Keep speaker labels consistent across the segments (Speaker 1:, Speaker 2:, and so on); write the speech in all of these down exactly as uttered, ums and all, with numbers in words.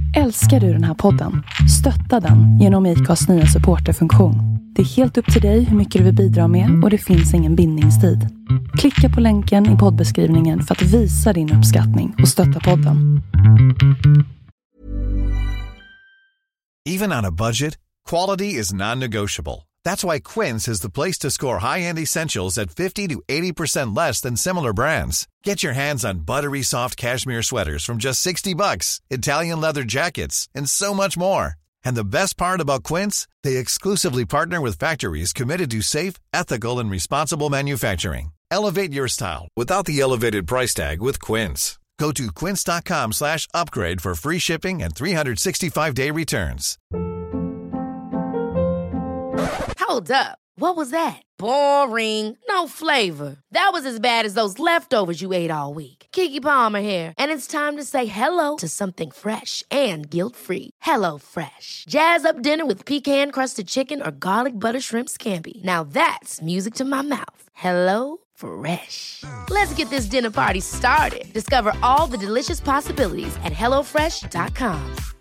Speaker 1: Älskar du den här podden? Stötta den genom I C A:s nya supporterfunktion. Det är helt upp till dig hur mycket du vill bidra med och det finns ingen bindningstid. Klicka på länken i poddbeskrivningen för att visa din uppskattning och stötta podden.
Speaker 2: Even on a budget, quality is non-negotiable. That's why Quince is the place to score high-end essentials at fifty to eighty percent less than similar brands. Get your hands on buttery soft cashmere sweaters from just sixty bucks, Italian leather jackets, and so much more. And the best part about Quince, they exclusively partner with factories committed to safe, ethical, and responsible manufacturing. Elevate your style without the elevated price tag with Quince. Go to quince.com slash upgrade for free shipping and three sixty-five day returns.
Speaker 3: Hold up. What was that? Boring. No flavor. That was as bad as those leftovers you ate all week. Keke Palmer here, and it's time to say hello to something fresh and guilt-free. Hello Fresh. Jazz up dinner with pecan-crusted chicken or garlic butter shrimp scampi. Now that's music to my mouth. Hello Fresh. Let's get this dinner party started. Discover all the delicious possibilities at hello fresh dot com.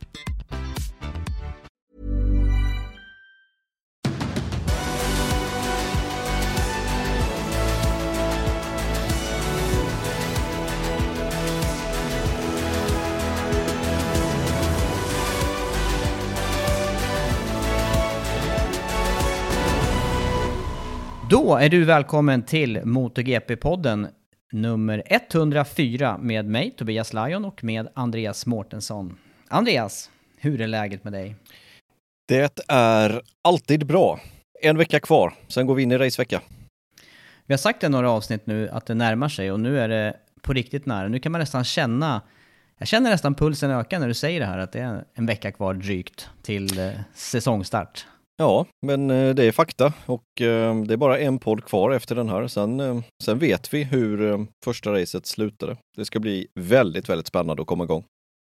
Speaker 4: Då är du välkommen till MotoGP-podden nummer etthundrafyra med mig, Tobias Lajon, och med Andreas Mårtensson. Andreas, hur är läget med dig?
Speaker 5: Det är alltid bra. En vecka kvar, sen går vi in i racevecka.
Speaker 4: Vi har sagt i några avsnitt nu att det närmar sig och nu är det på riktigt nära. Nu kan man nästan känna, jag känner nästan pulsen öka när du säger det här, att det är en vecka kvar drygt till eh, säsongstart.
Speaker 5: Ja, men det är fakta och eh, det är bara en podd kvar efter den här. Sen, eh, sen vet vi hur eh, första racet slutade. Det ska bli väldigt, väldigt spännande att komma igång.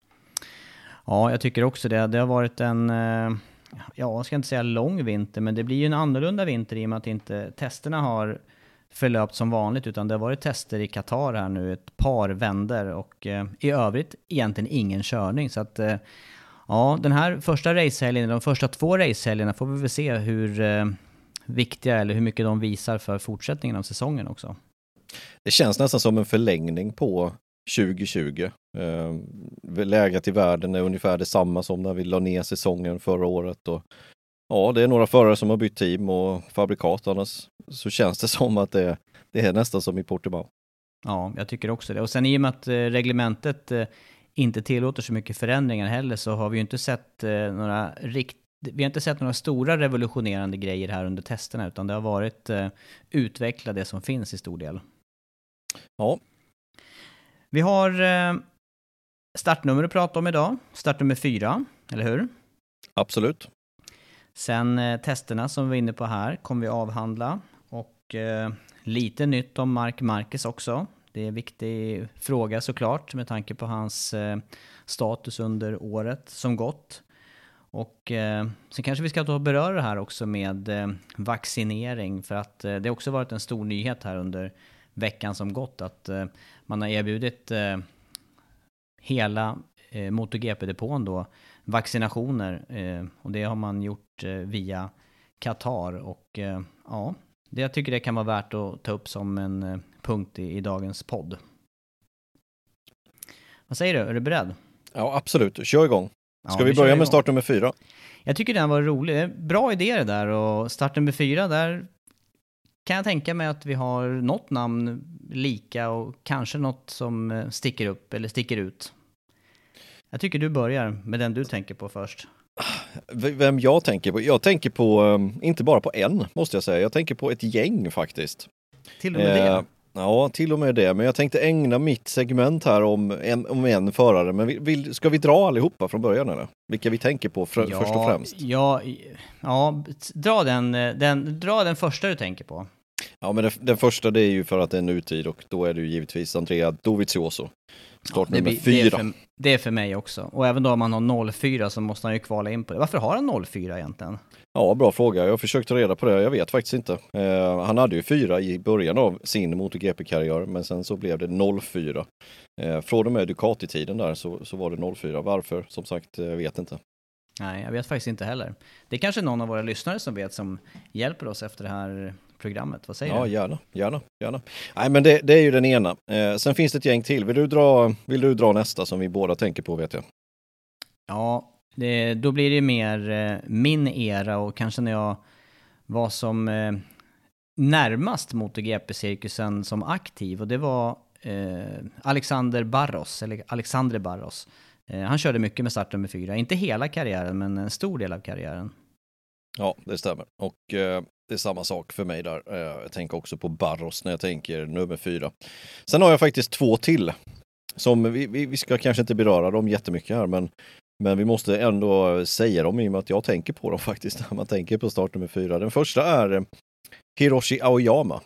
Speaker 4: Ja, jag tycker också det. Det har varit en, eh, ja, jag ska inte säga lång vinter, men det blir ju en annorlunda vinter i och med att inte testerna har förlöpt som vanligt, utan det har varit tester i Qatar här nu, ett par vänder och eh, i övrigt egentligen ingen körning. Så att eh, ja, den här första racehelgen, de första två racehelgerna får vi väl se hur eh, viktiga eller hur mycket de visar för fortsättningen av säsongen också.
Speaker 5: Det känns nästan som en förlängning på tjugo tjugo. Eh, läget i världen är ungefär detsamma som när vi la ner säsongen förra året. Och, ja, det är några förare som har bytt team och fabrikat, annars så känns det som att det, det är nästan som i Portimao.
Speaker 4: Ja, jag tycker också det. Och sen i och med att eh, reglementet eh, inte tillåter så mycket förändringar heller, så har vi ju inte sett eh, några rikt vi har inte sett några stora revolutionerande grejer här under testerna, utan det har varit eh, utveckla det som finns i stor del.
Speaker 5: Ja.
Speaker 4: Vi har eh, startnummer att prata om idag. Startnummer fyra, eller hur?
Speaker 5: Absolut.
Speaker 4: Sen eh, testerna som vi var inne på här kommer vi avhandla, och eh, lite nytt om Marc Marquez också. Det är en viktig fråga såklart med tanke på hans eh, status under året som gått. Och eh, sen kanske vi ska ta och beröra det här också med eh, vaccinering, för att eh, det har också varit en stor nyhet här under veckan som gått att eh, man har erbjudit eh, hela eh, MotoGP-depån då vaccinationer, eh, och det har man gjort eh, via Qatar, och eh, ja, det jag tycker det kan vara värt att ta upp som en eh, punkt i, i dagens podd. Vad säger du? Är du beredd?
Speaker 5: Ja, absolut. Kör igång. Ska
Speaker 4: ja,
Speaker 5: vi,
Speaker 4: vi
Speaker 5: börja
Speaker 4: igång.
Speaker 5: med start nummer fyra?
Speaker 4: Jag tycker den var rolig. Bra idé det där, och start nummer fyra, där kan jag tänka mig att vi har något namn lika och kanske något som sticker upp eller sticker ut. Jag tycker du börjar med den du tänker på först.
Speaker 5: Vem jag tänker på? Jag tänker på, um, inte bara på en, måste jag säga. Jag tänker på ett gäng faktiskt.
Speaker 4: Till och med eh, det?
Speaker 5: Ja, till och med det. Men jag tänkte ägna mitt segment här om en, om en förare. Men vill, ska vi dra allihopa från början eller? Vilka vi tänker på fr-
Speaker 4: ja,
Speaker 5: först och främst?
Speaker 4: Ja, ja dra, den, den, dra den första du tänker på.
Speaker 5: Ja, men den, den första det är ju för att det är nutid, och då är det ju givetvis Andrea Dovizioso. startnummer
Speaker 4: ja, det blir,
Speaker 5: fyra.
Speaker 4: Det är, för, det är för mig också. Och även då om man har noll fyra så måste han ju kvala in på det. Varför har han noll fyra egentligen?
Speaker 5: Ja, bra fråga. Jag har försökt ta reda på det. Jag vet faktiskt inte. Eh, han hade ju fyra i början av sin MotoGP-karriär, men sen så blev det noll fyra. Eh, från och med Ducati-tiden där så, så var det noll fyra. Varför? Som sagt, jag vet inte.
Speaker 4: Nej, jag vet faktiskt inte heller. Det är kanske någon av våra lyssnare som vet, som hjälper oss efter det här programmet. Vad säger
Speaker 5: ja,
Speaker 4: du?
Speaker 5: Ja, gärna, gärna, gärna. Nej, men det, det är ju den ena. Eh, sen finns det ett gäng till. Vill du, dra, vill du dra nästa som vi båda tänker på, vet jag?
Speaker 4: Ja, det, då blir det mer eh, min era och kanske när jag var som eh, närmast MotoGP-cirkusen som aktiv. Och det var eh, Alexander Barros, eller Alexandre Barros. Eh, han körde mycket med startnummer fyra. Inte hela karriären, men en stor del av karriären.
Speaker 5: Ja, det stämmer. Och eh, det är samma sak för mig där. Eh, jag tänker också på Barros när jag tänker nummer fyra. Sen har jag faktiskt två till. Som vi, vi, vi ska kanske inte beröra dem jättemycket här, men, men vi måste ändå säga dem i och med att jag tänker på dem faktiskt när man tänker på startnummer fyra. Den första är eh, Hiroshi Aoyama.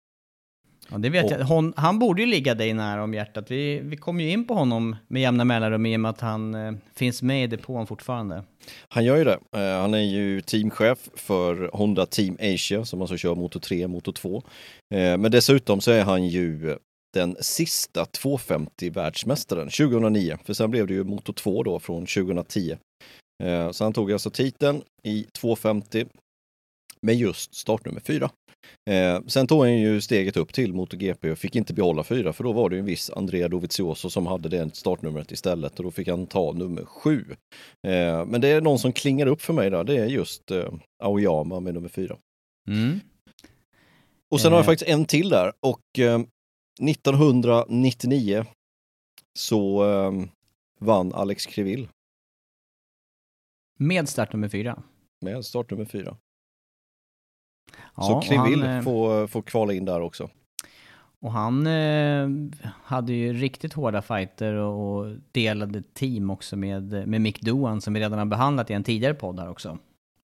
Speaker 4: Ja, det vet
Speaker 5: och,
Speaker 4: jag. Hon, han borde ju ligga dig nära om hjärtat. Vi, vi kom ju in på honom med jämna mellanrum i och med att han eh, finns med i depån fortfarande.
Speaker 5: Han gör ju det. Uh, han är ju teamchef för Honda Team Asia som alltså kör Moto tre, Moto två. Uh, men dessutom så är han ju den sista tvåhundrafemtio-världsmästaren tjugohundranio. För sen blev det ju Moto två då från tjugohundratio. Uh, så han tog alltså titeln i tvåhundrafemtio med just startnummer fyra. Eh, sen tog han ju steget upp till MotoGP och fick inte behålla fyra, för då var det ju en viss Andrea Dovizioso som hade det startnumret istället och då fick han ta nummer sju. Eh, men det är någon som klingar upp för mig där, det är just eh, Aoyama med nummer fyra.
Speaker 4: Mm.
Speaker 5: Och sen eh. har jag faktiskt en till där och eh, nittonhundranittionio så eh, vann Alex Criville.
Speaker 4: Med startnummer fyra?
Speaker 5: Med startnummer fyra.
Speaker 4: Ja,
Speaker 5: så Criville
Speaker 4: han,
Speaker 5: får, får kvala in där också.
Speaker 4: Och han eh, hade ju riktigt hårda fighter och, och delade team också med, med Mick Doohan som vi redan har behandlat i en tidigare podd här också.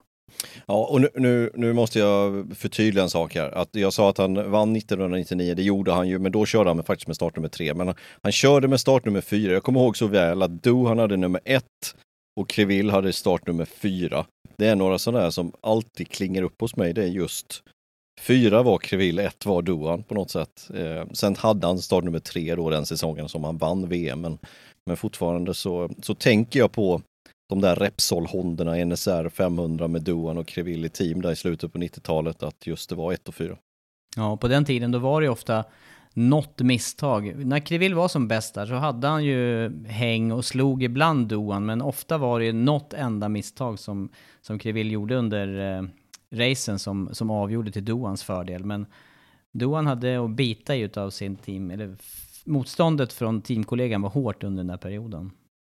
Speaker 5: Ja, och nu, nu, nu måste jag förtydliga en sak här. Att jag sa att han vann nittonhundranittionio, det gjorde han ju, men då körde han med, faktiskt med startnummer tre. Men han, han körde med startnummer fyra. Jag kommer ihåg så väl att Doohan hade nummer ett och Criville hade startnummer fyra. Det är några sådana där som alltid klingar upp hos mig. Det är just fyra var Criville, ett var Doohan på något sätt. Eh, sen hade han startnummer tre då den säsongen som han vann V M. Men, men fortfarande så, så tänker jag på de där Repsol-Honderna, N S R femhundra med Doohan och Criville i team där i slutet på nittiotalet, att just det var ett och fyra.
Speaker 4: Ja, på den tiden då var det ofta något misstag. När Criville var som bäst där så hade han ju häng och slog ibland Doohan, men ofta var det något enda misstag som, som Criville gjorde under eh, racen som, som avgjorde till Doohans fördel. Men Doohan hade att bita ut av sin team, eller f- motståndet från teamkollegan var hårt under den här perioden.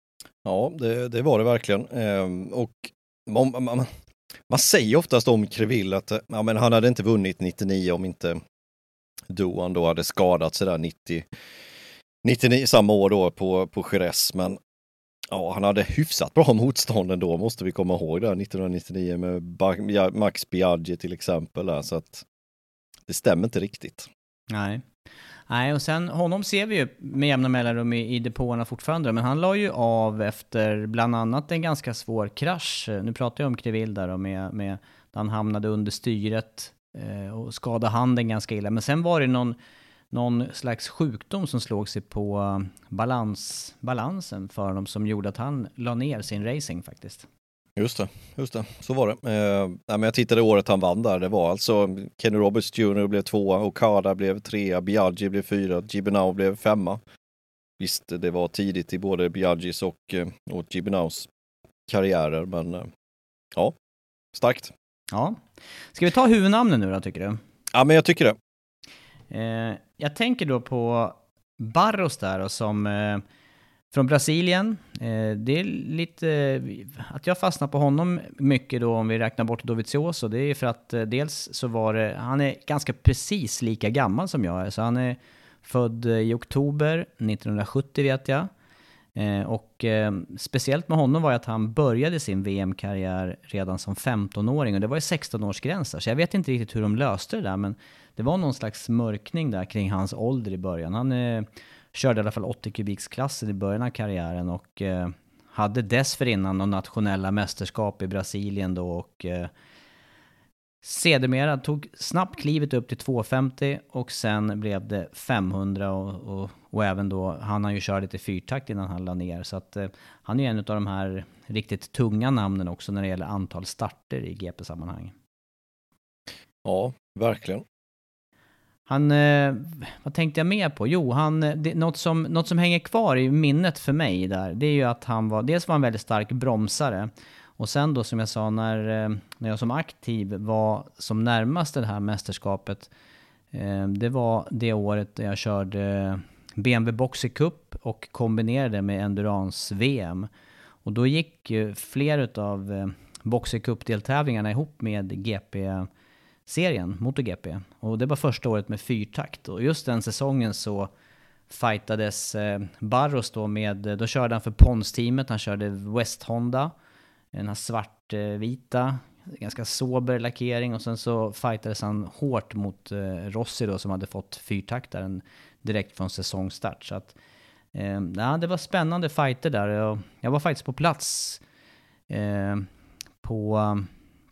Speaker 5: Ja, det, det var det verkligen. Ehm, och man, man, man, man säger oftast om Criville att ja, men han hade inte vunnit nittionio om inte Doohan då hade skadat sig där nittio, nittionio samma år då på, på Jerez, men ja, han hade hyfsat bra motstånd ändå, måste vi komma ihåg där nittonhundranittionio med ba- Max Biaggi till exempel där, så att det stämmer inte riktigt.
Speaker 4: Nej. Nej, och sen honom ser vi ju med jämna mellanrum i, i depåerna fortfarande, men han la ju av efter bland annat en ganska svår krasch. Nu pratar jag om Criville där och med, med han hamnade under styret eh, och skadade handen ganska illa. Men sen var det någon, någon slags sjukdom som slog sig på balans, balansen för honom som gjorde att han la ner sin racing faktiskt.
Speaker 5: Just det, just det. Så var det. Eh, nej, men jag tittade året han vann där. Det var alltså Kenny Roberts junior blev tvåa, Okada blev trea, Biaggi blev fyra, Gibernau blev femma. Visst, det var tidigt i både Biaggis och, och Gibernaus karriärer, men eh, ja, starkt.
Speaker 4: Ja. Ska vi ta huvudnamnen nu då, tycker du?
Speaker 5: Ja, men jag tycker det.
Speaker 4: Eh, jag tänker då på Barros där och som... Eh, Från Brasilien, eh, det är lite eh, att jag fastnar på honom mycket då om vi räknar bort Dovizioso. Det är för att eh, dels så var det, han är ganska precis lika gammal som jag är. Så han är född i oktober nittonhundrasjuttio vet jag. Eh, och eh, speciellt med honom var att han började sin V M-karriär redan som femtonåring. Och det var ju sexton-årsgränser. Så jag vet inte riktigt hur de löste det där, men det var någon slags mörkning där kring hans ålder i början. Han eh, körde i alla fall åttio kubiksklassen i början av karriären och eh, hade dessförinnan de nationella mästerskap i Brasilien då och eh, sedermera tog snabbt klivet upp till tvåhundrafemtio och sen blev det femhundra och, och, och även då, han har ju kört lite fyrtakt innan han la ner så att eh, han är ju en av de här riktigt tunga namnen också när det gäller antal starter i G P-sammanhang.
Speaker 5: Ja, verkligen.
Speaker 4: Han, eh, vad tänkte jag mer på? Jo, han, det, något, som, något som hänger kvar i minnet för mig där, det är ju att han var, dels var han väldigt stark bromsare. Och sen då som jag sa, när, eh, när jag som aktiv var som närmast det här mästerskapet, eh, det var det året där jag körde B M W Boxer Cup och kombinerade med Endurance-V M. Och då gick ju flera av eh, Boxer Cup-deltävlingarna ihop med G P-serien, MotoGP. Och det var första året med fyrtakt. Och just den säsongen så fightades eh, Barros då med, då körde han för Pons-teamet, han körde West Honda, den här svartvita, ganska sober lackering och sen så fightades han hårt mot eh, Rossi då som hade fått fyrtaktaren direkt från säsongstart. Så att, eh, ja, det var spännande fighter där. Jag, jag var faktiskt på plats eh, på um,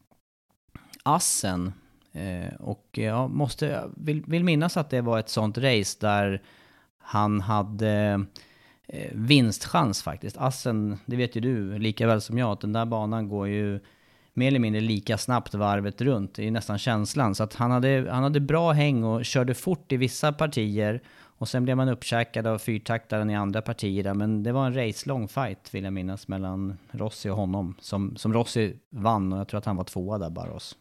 Speaker 4: Assen eh, och jag måste, vill, vill minnas att det var ett sånt race där han hade eh, vinstchans faktiskt. Assen, det vet ju du lika väl som jag, att den där banan går ju mer eller mindre lika snabbt varvet runt. Det är nästan känslan. Så att han hade, han hade bra häng och körde fort i vissa partier. Och sen blev man uppkäkad av fyrtaktaren i andra partier där. Men det var en race-lång fight vill jag minnas mellan Rossi och honom. Som, som Rossi vann och jag tror att han var tvåa där, Barros.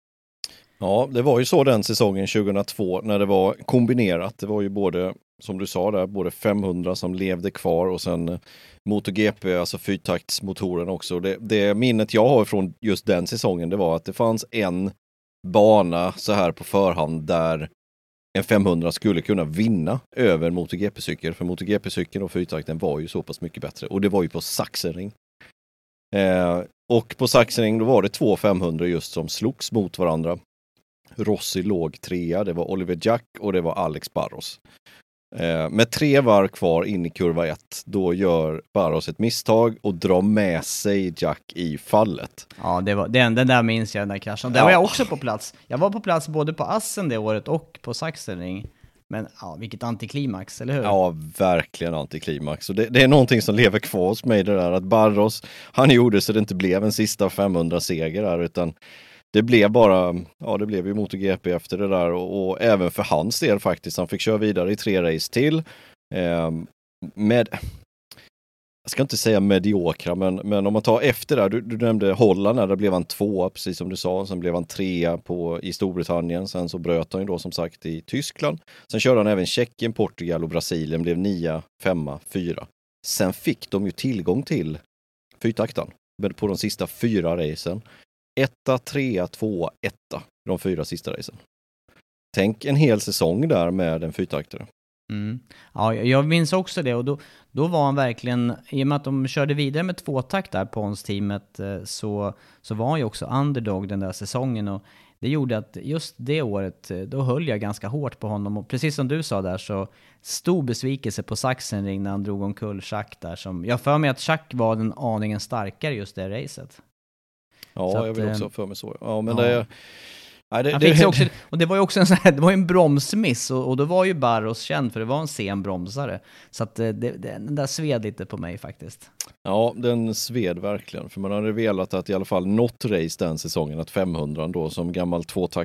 Speaker 5: Ja, det var ju så den säsongen tjugohundratvå när det var kombinerat. Det var ju både, som du sa där, både femhundra som levde kvar och sen MotoGP, alltså fyrtaktsmotoren också. Det, det minnet jag har från just den säsongen, det var att det fanns en bana så här på förhand där en femhundra skulle kunna vinna över MotoGP-cykel. För MotoGP-cykeln och fyrtakten var ju så pass mycket bättre. Och det var ju på Sachsenring. Eh, och på Sachsenring då var det två femhundra just som slogs mot varandra. Rossi låg trea, det var Oliver Jack och det var Alex Barros. Eh, med tre varv kvar in i kurva ett, då gör Barros ett misstag och drar med sig Jack i fallet.
Speaker 4: Ja, det var, den, den där minns jag, den där kraschen. Där ja. var jag också på plats. Jag var på plats både på Assen det året och på Sachsenring. Men ja, vilket antiklimax, eller hur?
Speaker 5: Ja, verkligen antiklimax. Och det, det är någonting som lever kvar hos mig, det där att Barros, han gjorde så det inte blev en sista femhundra-seger där, utan det blev bara, ja det blev ju MotoGP efter det där och, och även för hans del faktiskt. Han fick köra vidare i tre race till. Eh, med, jag ska inte säga mediokra, men, men om man tar efter där, du, du nämnde Holland, där blev han tvåa, precis som du sa. Sen blev han trea på, i Storbritannien. Sen så bröt han ju då som sagt i Tyskland. Sen körde han även Tjeckien, Portugal och Brasilien, blev nia, femma, fyra. Sen fick de ju tillgång till fyrtaktan på de sista fyra racen. Etta, trea, tvåa, etta. De fyra sista racen. Tänk en hel säsong där med en fyrtaktare.
Speaker 4: Mm. Ja, jag minns också det och då, då var han verkligen, i och med att de körde vidare med tvåtakt där på ons teamet så, så var han ju också underdog den där säsongen och det gjorde att just det året, då höll jag ganska hårt på honom och precis som du sa där så stor besvikelse på Sachsenring när han drog omkull Schack där som, jag för mig att Schack var den aningen starkare just det racet.
Speaker 5: Ja,
Speaker 4: att,
Speaker 5: jag vill också för mig så. Ja, men
Speaker 4: ja.
Speaker 5: det... Nej, det,
Speaker 4: han fick
Speaker 5: det...
Speaker 4: också, och det var ju också en sån här, det var ju en bromsmiss och, och då var ju Barros känd för det var en sen bromsare. Så att det, det, den där sved lite på mig faktiskt.
Speaker 5: Ja, den sved verkligen. För man hade velat att i alla fall något race den säsongen, att femhundra då som gammal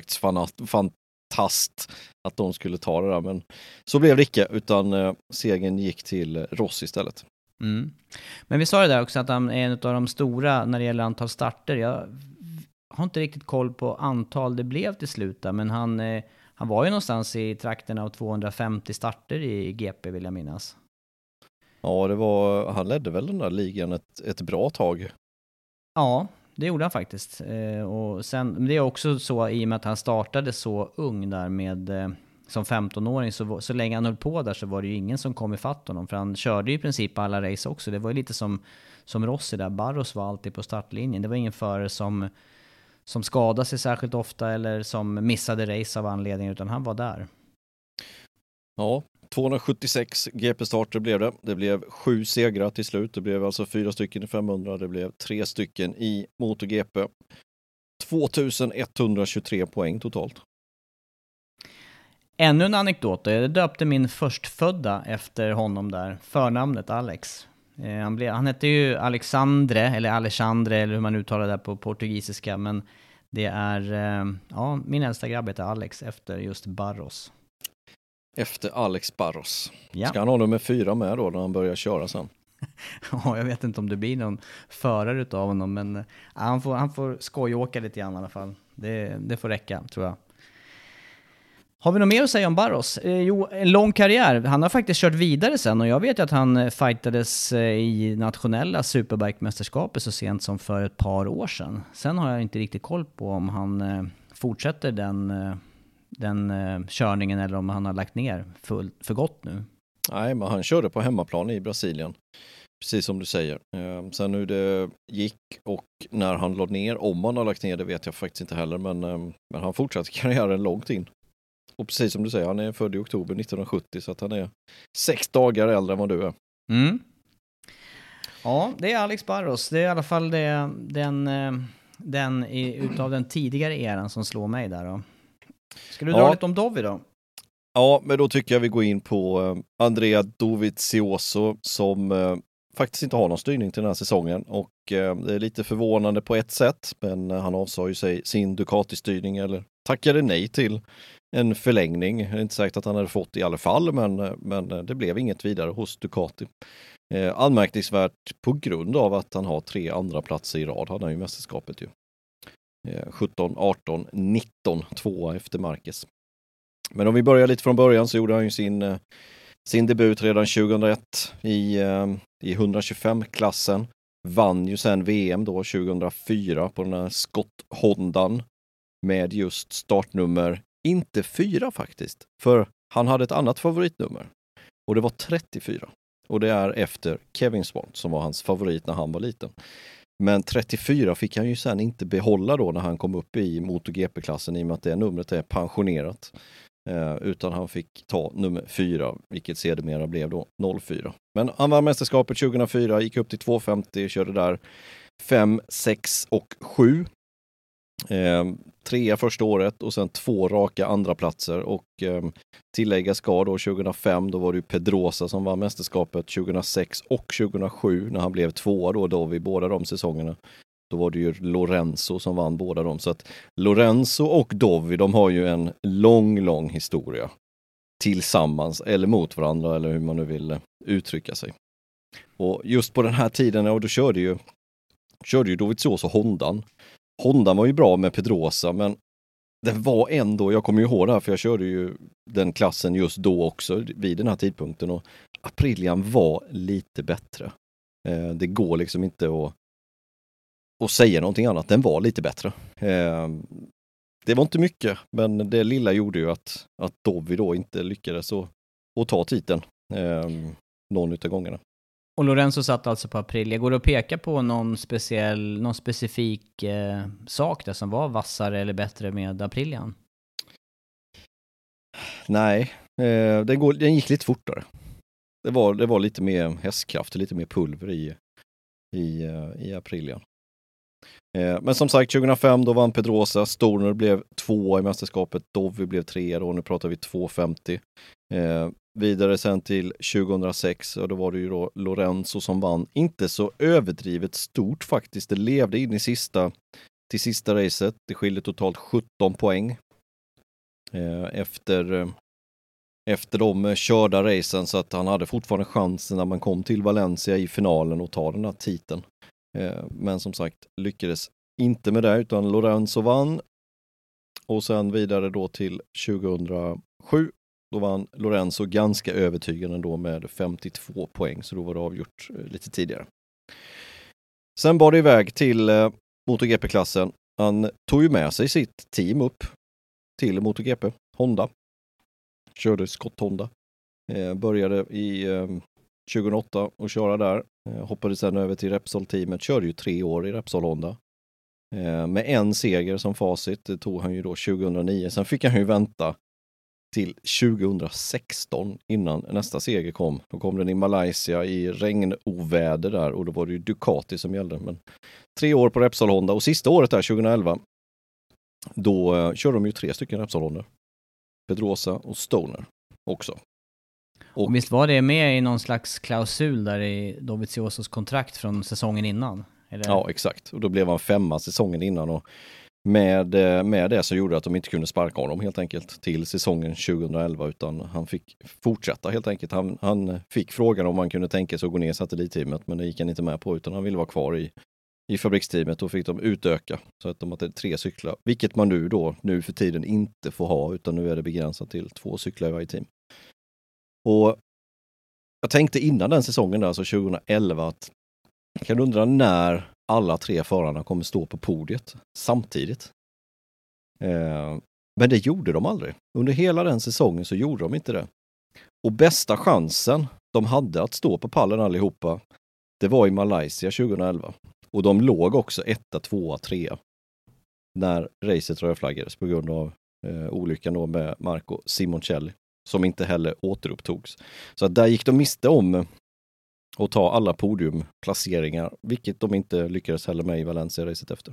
Speaker 5: tvåtaktsfantast, att de skulle ta det där. Men så blev det icke, utan eh, segern gick till Rossi istället.
Speaker 4: Mm. Men vi sa det där också att han är en av de stora när det gäller antal starter. Jag har inte riktigt koll på antal det blev till slut där, men han, eh, han var ju någonstans i trakten av tvåhundrafemtio starter i G P vill jag minnas.
Speaker 5: Ja, det var, han ledde väl den där ligan ett, ett bra tag.
Speaker 4: Ja, det gjorde han faktiskt. Eh, och sen, men det är också så i och med att han startade så ung där med eh, som femtonåring, så, så länge han höll på där så var det ju ingen som kom ifatt honom, för han körde ju i princip alla race också. Det var ju lite som, som Rossi där, Barros var alltid på startlinjen. Det var ingen förare som som skadade sig särskilt ofta eller som missade race av anledning, utan han var där.
Speaker 5: Ja, tvåhundrasjuttiosex G P-starter blev det. Det blev sju segrar till slut. Det blev alltså fyra stycken i femhundra. Det blev tre stycken i MotoGP. tvåtusenetthundratjugotre poäng totalt.
Speaker 4: Ännu en anekdot. Jag döpte min förstfödda efter honom där. Förnamnet Alex. Eh, han, blev, han hette ju Alexandre, eller Alexandre, eller hur man uttalar det på portugisiska. Men det är, eh, ja, min äldsta grabb heter Alex efter just Barros.
Speaker 5: Efter Alex Barros.
Speaker 4: Ja.
Speaker 5: Ska han ha nummer fyra med då när han börjar köra sen?
Speaker 4: Ja, jag vet inte om det blir någon förare utav honom, men ja, han får, han får skojåka lite grann i alla fall. Det, det får räcka, tror jag. Har vi något mer att säga om Barros? Eh, jo, en lång karriär. Han har faktiskt kört vidare sen, och jag vet ju att han fightades i nationella Superbike-mästerskapet så sent som för ett par år sedan. Sen har jag inte riktigt koll på om han eh, fortsätter den, eh, den eh, körningen eller om han har lagt ner full, för gott nu.
Speaker 5: Nej, men han körde på hemmaplan i Brasilien. Precis som du säger. Eh, sen hur det gick och när han lade ner, om han har lagt ner, det vet jag faktiskt inte heller. Men, eh, men han fortsatte karriären långt in. Och precis som du säger, han är född i oktober nittonhundrasjuttio, så att han är sex dagar äldre än vad du är.
Speaker 4: Mm. Ja, det är Alex Barros. Det är i alla fall det, den, den i, utav den tidigare eran som slår mig där då. Ska du dra
Speaker 5: ja.
Speaker 4: lite om Dovi då?
Speaker 5: Ja, men då tycker jag vi går in på uh, Andrea Dovizioso som uh, faktiskt inte har någon styrning till den här säsongen. Och uh, det är lite förvånande på ett sätt, men uh, han avsade ju sig sin Ducati-styrning, eller tackade nej till en förlängning. Det är inte säkert att han hade fått i alla fall, men, men det blev inget vidare hos Ducati. Eh, anmärkningsvärt på grund av att han har tre andra platser i rad. Han har ju mästerskapet ju. Eh, sjutton, arton, nitton, tvåa efter Marquez. Men om vi börjar lite från början, så gjorde han ju sin, sin debut redan tjugohundraett i, i etthundratjugofem-klassen. Vann ju sen V M då tjugohundrafyra på den här Scott-Hondan med just startnummer inte fyra faktiskt, för han hade ett annat favoritnummer och det var trettiofyra, och det är efter Kevin Swan som var hans favorit när han var liten. Men trettiofyra fick han ju sen inte behålla då när han kom upp i MotoGP-klassen, i och med att det numret är pensionerat, eh, utan han fick ta nummer fyra, vilket sedermera blev då noll fyra. Men han var mästerskapet tjugohundrafyra, gick upp till tvåhundrafemtio, körde där fem, sex och sju. Eh, trea första året och sen två raka andra platser, och eh, tillägga ska då tjugohundrafem, då var det ju Pedrosa som var mästerskapet tjugohundrasex och tjugohundrasju när han blev tvåa då, då vid båda de säsongerna. Då var det ju Lorenzo som vann båda dem, så att Lorenzo och Dovi, de har ju en lång, lång historia tillsammans eller mot varandra, eller hur man nu vill uttrycka sig. Och just på den här tiden, och då körde ju körde ju Dovizioso Hondan. Hondan var ju bra med Pedrosa, men det var ändå, jag kommer ju ihåg det här för jag körde ju den klassen just då också vid den här tidpunkten, och Aprilian var lite bättre. Eh, det går liksom inte att, att säga någonting annat, den var lite bättre. Eh, det var inte mycket, men det lilla gjorde ju att, att Dovi då inte lyckades att, att ta titeln eh, någon utav gångerna.
Speaker 4: Och Lorenzo satt alltså på Aprilia. Går det att peka på någon speciell, någon specifik eh, sak där som var vassare eller bättre med Aprilian?
Speaker 5: Nej, eh, den, går, den gick lite fortare. Det var, det var lite mer hästkraft, lite mer pulver i, i, i Aprilian. Eh, men som sagt, tjugohundrafem då vann Pedrosa. Stoner blev två i mästerskapet. Dovi blev tre då. Nu pratar vi tvåhundrafemtio. Eh, vidare sen till tjugohundrasex, och då var det ju då Lorenzo som vann. Inte så överdrivet stort faktiskt. Det levde in i sista, till sista racet. Det skilde totalt sjutton poäng eh, efter, eh, efter de körda racen, så att han hade fortfarande chansen när man kom till Valencia i finalen och ta den här titeln. Eh, men som sagt, lyckades inte med det, utan Lorenzo vann. Och sen vidare då till tjugohundrasju. Då vann Lorenzo ganska övertygande då med femtiotvå poäng, så då var det avgjort lite tidigare. Sen bar det iväg till eh, MotoGP-klassen. Han tog ju med sig sitt team upp till MotoGP, Honda. Körde Scott Honda. Eh, började i eh, tjugohundraåtta och köra där. Eh, hoppade sen över till Repsol-teamet. Körde ju tre år i Repsol Honda. Eh, med en seger som facit. Det tog han ju då tjugohundranio. Sen fick han ju vänta till tjugohundrasexton innan nästa seger kom. Då kom den i Malaysia i regnoväder där och då var det ju Ducati som gällde. Men tre år på Repsol Honda och sista året där, tjugohundraelva, då uh, körde de ju tre stycken Repsol Honda. Pedrosa och Stoner också.
Speaker 4: Och, och visst var det med i någon slags klausul där i Doviziosos kontrakt från säsongen innan? Eller?
Speaker 5: Ja, exakt. Och då blev han femma säsongen innan och med, med det så gjorde det att de inte kunde sparka honom helt enkelt till säsongen tjugohundraelva utan han fick fortsätta helt enkelt. Han, han fick frågan om han kunde tänka sig att gå ner i satellitteamet men det gick han inte med på utan han ville vara kvar i, i fabriksteamet och fick de utöka så att de hade tre cyklar. Vilket man nu då, nu för tiden inte får ha utan nu är det begränsat till två cyklar i varje team. Och jag tänkte innan den säsongen där, alltså tjugohundraelva, att jag kan undra när alla tre förarna kommer stå på podiet samtidigt. Eh, men det gjorde de aldrig. Under hela den säsongen så gjorde de inte det. Och bästa chansen de hade att stå på pallen allihopa, det var i Malaysia tjugohundraelva. Och de låg också etta, tvåa, trea när racet rödflaggades på grund av eh, olyckan då med Marco Simoncelli som inte heller återupptogs. Så att där gick de miste om och ta alla podiumplaceringar, vilket de inte lyckades heller med i Valencia-racet efter.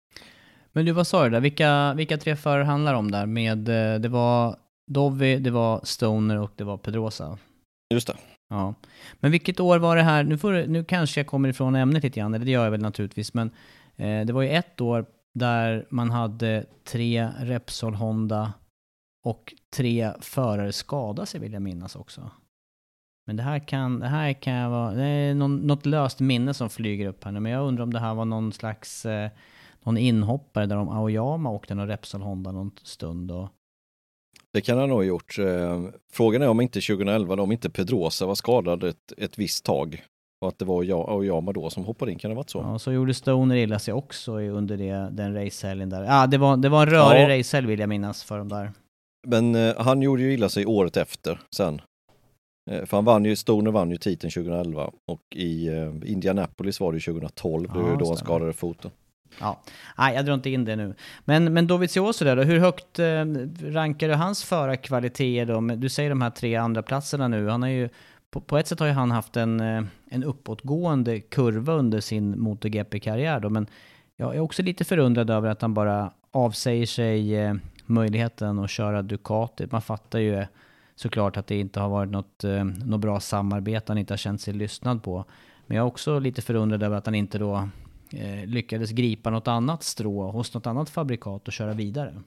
Speaker 4: Men du, vad sa du där? Vilka, vilka tre förare handlar om där? Med, det var Dovi, det var Stoner och det var Pedrosa.
Speaker 5: Just det.
Speaker 4: Ja. Men vilket år var det här? Nu, får, nu kanske jag kommer ifrån ämnet lite grann, eller det gör jag väl naturligtvis, men eh, det var ju ett år där man hade tre Repsol Honda och tre förare skadade sig, vill jag minnas också. Men det här kan, det här kan jag vara, det är någon, något löst minne som flyger upp här nu. Men jag undrar om det här var någon slags, eh, någon inhoppare där de Aoyama åkte någon Repsol Honda någon stund. Och...
Speaker 5: Det kan han nog ha gjort. Eh, frågan är om inte tjugohundraelva, om inte Pedrosa var skadad ett, ett visst tag. Och att det var Aoyama då som hoppade in, kan det ha varit så?
Speaker 4: Ja, så gjorde Stoner illa sig också under det, den racehelgen där. Ja, det var, det var en rörig ja. racehelg vill jag minnas för dem där.
Speaker 5: Men eh, han gjorde ju illa sig året efter sen. För han vann ju, Stoner vann ju titeln tjugohundraelva och i uh, Indianapolis var det tjugohundratolv, det var ju då han skadade foten.
Speaker 4: Ja, nej jag drar inte in det nu. Men, men Dovizioso där då, hur högt eh, rankar du hans förarkvaliteter då? Du säger de här tre andra platserna nu, han har ju, på, på ett sätt har ju han haft en, en uppåtgående kurva under sin MotoGP-karriär då, men jag är också lite förundrad över att han bara avsäger sig eh, möjligheten att köra Ducati. Man fattar ju såklart att det inte har varit något, eh, något bra samarbete, han inte har känt sig lyssnad på. Men jag är också lite förundrad över att han inte då eh, lyckades gripa något annat strå hos något annat fabrikat och köra vidare.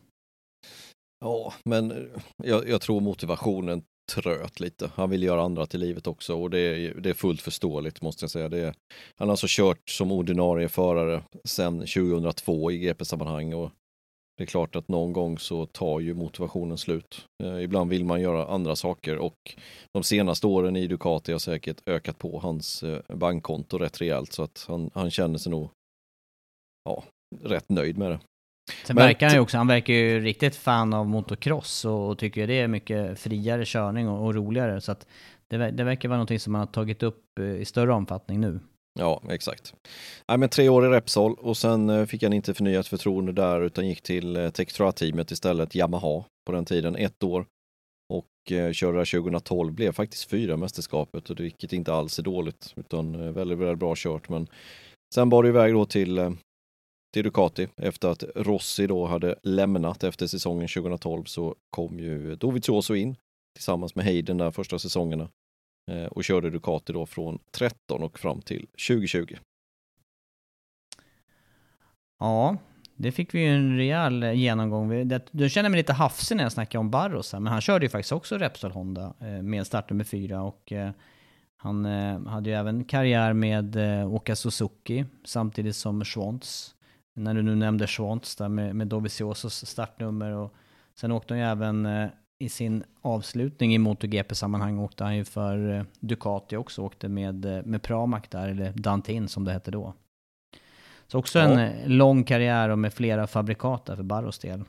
Speaker 5: Ja, men jag, jag tror motivationen tröt lite. Han vill göra andra till livet också och det är, det är fullt förståeligt måste jag säga. Det är, han har alltså kört som ordinarie förare sedan tjugohundratvå i G P-sammanhang och det är klart att någon gång så tar ju motivationen slut. Eh, ibland vill man göra andra saker och de senaste åren i Ducati har säkert ökat på hans eh, bankkonto rätt rejält så att han, han känner sig nog ja, rätt nöjd med det.
Speaker 4: Sen Men, verkar han ju också, han verkar ju riktigt fan av motocross och, och tycker det är mycket friare körning och, och roligare så att det, det verkar vara någonting som man har tagit upp i större omfattning nu.
Speaker 5: Ja, exakt. Nej, men tre år i Repsol och sen fick han inte förnyat förtroende där utan gick till Tektra-teamet istället, Yamaha på den tiden, ett år. Och eh, körde tjugohundratolv, blev faktiskt fyra mästerskapet och det vilket inte alls är dåligt utan eh, väldigt, väldigt bra kört. Men sen var det iväg då till, eh, till Ducati efter att Rossi då hade lämnat efter säsongen tjugohundratolv så kom ju Dovizioso in tillsammans med Hayden där första säsongerna. Och körde Ducati då från tretton och fram till tjugohundratjugo.
Speaker 4: Ja, det fick vi ju en rejäl genomgång. Du känner mig lite hafsig när jag snackar om Barros här, men han körde ju faktiskt också Repsol Honda med startnummer fyra och han hade ju även karriär med Oka Suzuki samtidigt som Schwantz. När du nu nämnde Schwantz där med, med Doviziosos startnummer och sen åkte han ju även i sin avslutning i MotoGP-sammanhang åkte han ju för Ducati också, åkte med, med Pramac där, eller Dantin som det hette då. Så också ja. En lång karriär och med flera fabrikat där för Barros del.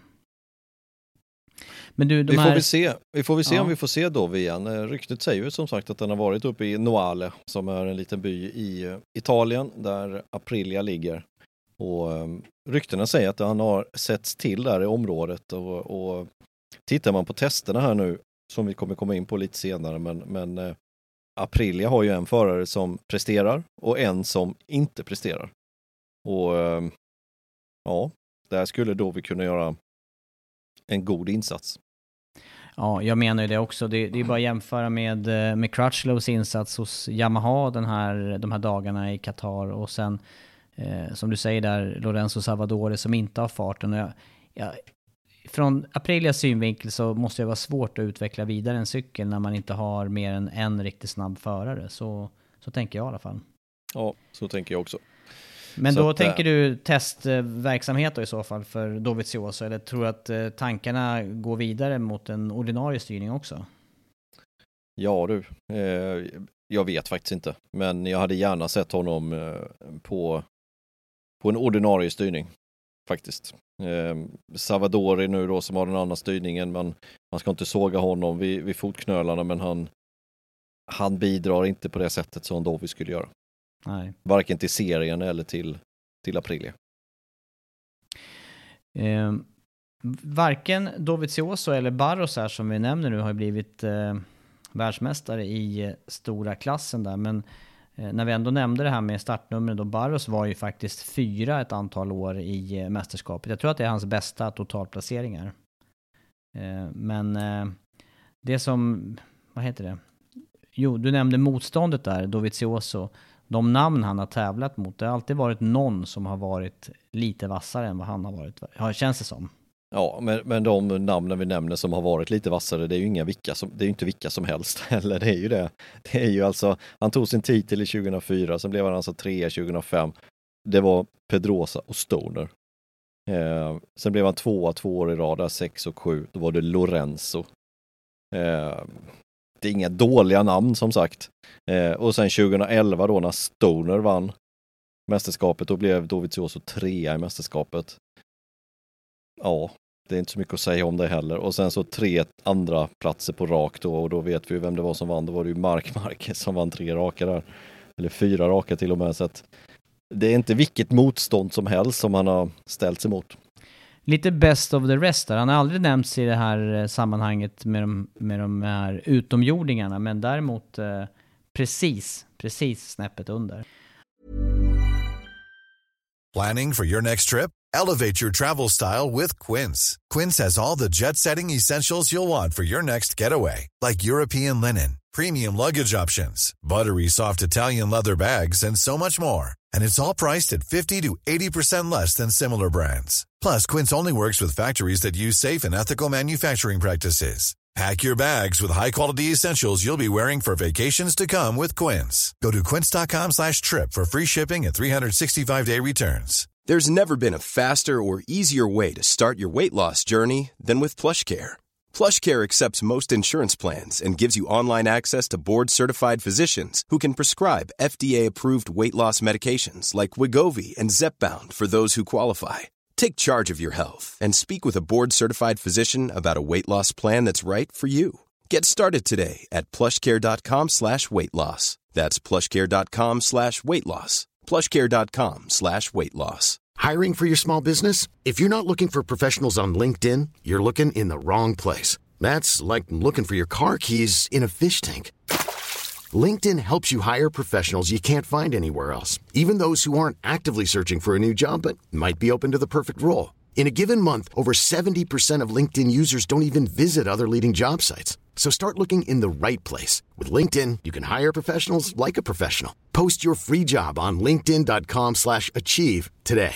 Speaker 4: Men du, de
Speaker 5: vi,
Speaker 4: här...
Speaker 5: får vi, se. vi får vi se
Speaker 4: ja.
Speaker 5: om vi får se Dovi igen. Ryktet säger ju som sagt att den har varit uppe i Noale som är en liten by i Italien där Aprilia ligger. Och um, ryktena säger att han har setts till där i området och, och tittar man på testerna här nu, som vi kommer komma in på lite senare, men, men eh, Aprilia har ju en förare som presterar och en som inte presterar. Och eh, ja, där skulle då vi kunna göra en god insats.
Speaker 4: Ja, jag menar ju det också. Det, det är bara att jämföra med, med Crutchlows insats hos Yamaha den här, de här dagarna i Qatar. Och sen, eh, som du säger där, Lorenzo Savadori som inte har farten. Och jag, jag, från Aprilias synvinkel så måste det vara svårt att utveckla vidare en cykel när man inte har mer än en riktigt snabb förare. Så, så tänker jag i alla fall.
Speaker 5: Ja, så tänker jag också.
Speaker 4: Men
Speaker 5: så
Speaker 4: då
Speaker 5: att,
Speaker 4: tänker du testverksamhet då i så fall för Dovizioso, eller tror du att eh, tankarna går vidare mot en ordinarie styrning också?
Speaker 5: Ja du, eh, jag vet faktiskt inte. Men jag hade gärna sett honom eh, på, på en ordinarie styrning faktiskt. Eh, Savadori nu då som har den andra styrningen, men man ska inte såga honom vid, vid fotknölarna, men han, han bidrar inte på det sättet som Dovi skulle göra.
Speaker 4: Nej.
Speaker 5: Varken till serien eller till, till Aprilia.
Speaker 4: Eh, varken Dovizioso eller Barros här som vi nämner nu har ju blivit eh, världsmästare i eh, stora klassen där. Men eh, när vi ändå nämnde det här med startnumren då, Barros var ju faktiskt fyra ett antal år i eh, mästerskapet. Jag tror att det är hans bästa totalplaceringar. Eh, men eh, det som, vad heter det? Jo, du nämnde motståndet där, Dovizioso. De namn han har tävlat mot, det har alltid varit någon som har varit lite vassare än vad han har varit. Ja, känns det som.
Speaker 5: Ja, men, men de namnen vi nämner som har varit lite vassare, det är ju inga vilka som, det är ju inte vilka som helst heller, det är ju det. Det är ju alltså, han tog sin titel i tjugohundrafyra, sen blev han alltså trea tjugohundrafem. Det var Pedrosa och Stoner. Eh, sen blev han tvåa två år i rad, där sex och sju, då var det Lorenzo. Eh, det är inga dåliga namn som sagt. Eh, och sen tjugohundraelva då när Stoner vann mästerskapet, då blev Dovizioso trea i mästerskapet. Ja, det är inte så mycket att säga om det heller. Och sen så tre andra platser på rak då, och då vet vi vem det var som vann. Då var det ju Marc Marquez som vann tre raka där. Eller fyra raka till och med. Så att det är inte vilket motstånd som helst som han har ställt emot.
Speaker 4: Lite best of the rest där. Han har aldrig nämnts i det här sammanhanget med de, med de här utomjordingarna, men däremot eh, precis, precis snäppet under.
Speaker 2: Planning for your next trip? Elevate your travel style with Quince. Quince has all the jet-setting essentials you'll want for your next getaway, like European linen, premium luggage options, buttery soft Italian leather bags, and so much more. And it's all priced at fifty to eighty percent less than similar brands. Plus, Quince only works with factories that use safe and ethical manufacturing practices. Pack your bags with high-quality essentials you'll be wearing for vacations to come with Quince. Go to quince.com slash trip for free shipping and three sixty-five day returns.
Speaker 6: There's never been a faster or easier way to start your weight loss journey than with PlushCare. PlushCare accepts most insurance plans and gives you online access to board-certified physicians who can prescribe F D A-approved weight loss medications like Wegovy and Zepbound for those who qualify. Take charge of your health and speak with a board-certified physician about a weight loss plan that's right for you. Get started today at plushcare.com slash weight loss. That's plushcare.com slash weight loss. plushcare.com slash weight loss.
Speaker 7: Hiring for your small business? If you're not looking for professionals on LinkedIn, you're looking in the wrong place. That's like looking for your car keys in a fish tank. LinkedIn helps you hire professionals you can't find anywhere else, even those who aren't actively searching for a new job but might be open to the perfect role. In a given month, over seventy percent of LinkedIn users don't even visit other leading job sites. So start looking in the right place. With LinkedIn, you can hire professionals like a professional. Post your free job on linkedin.com slash achieve today.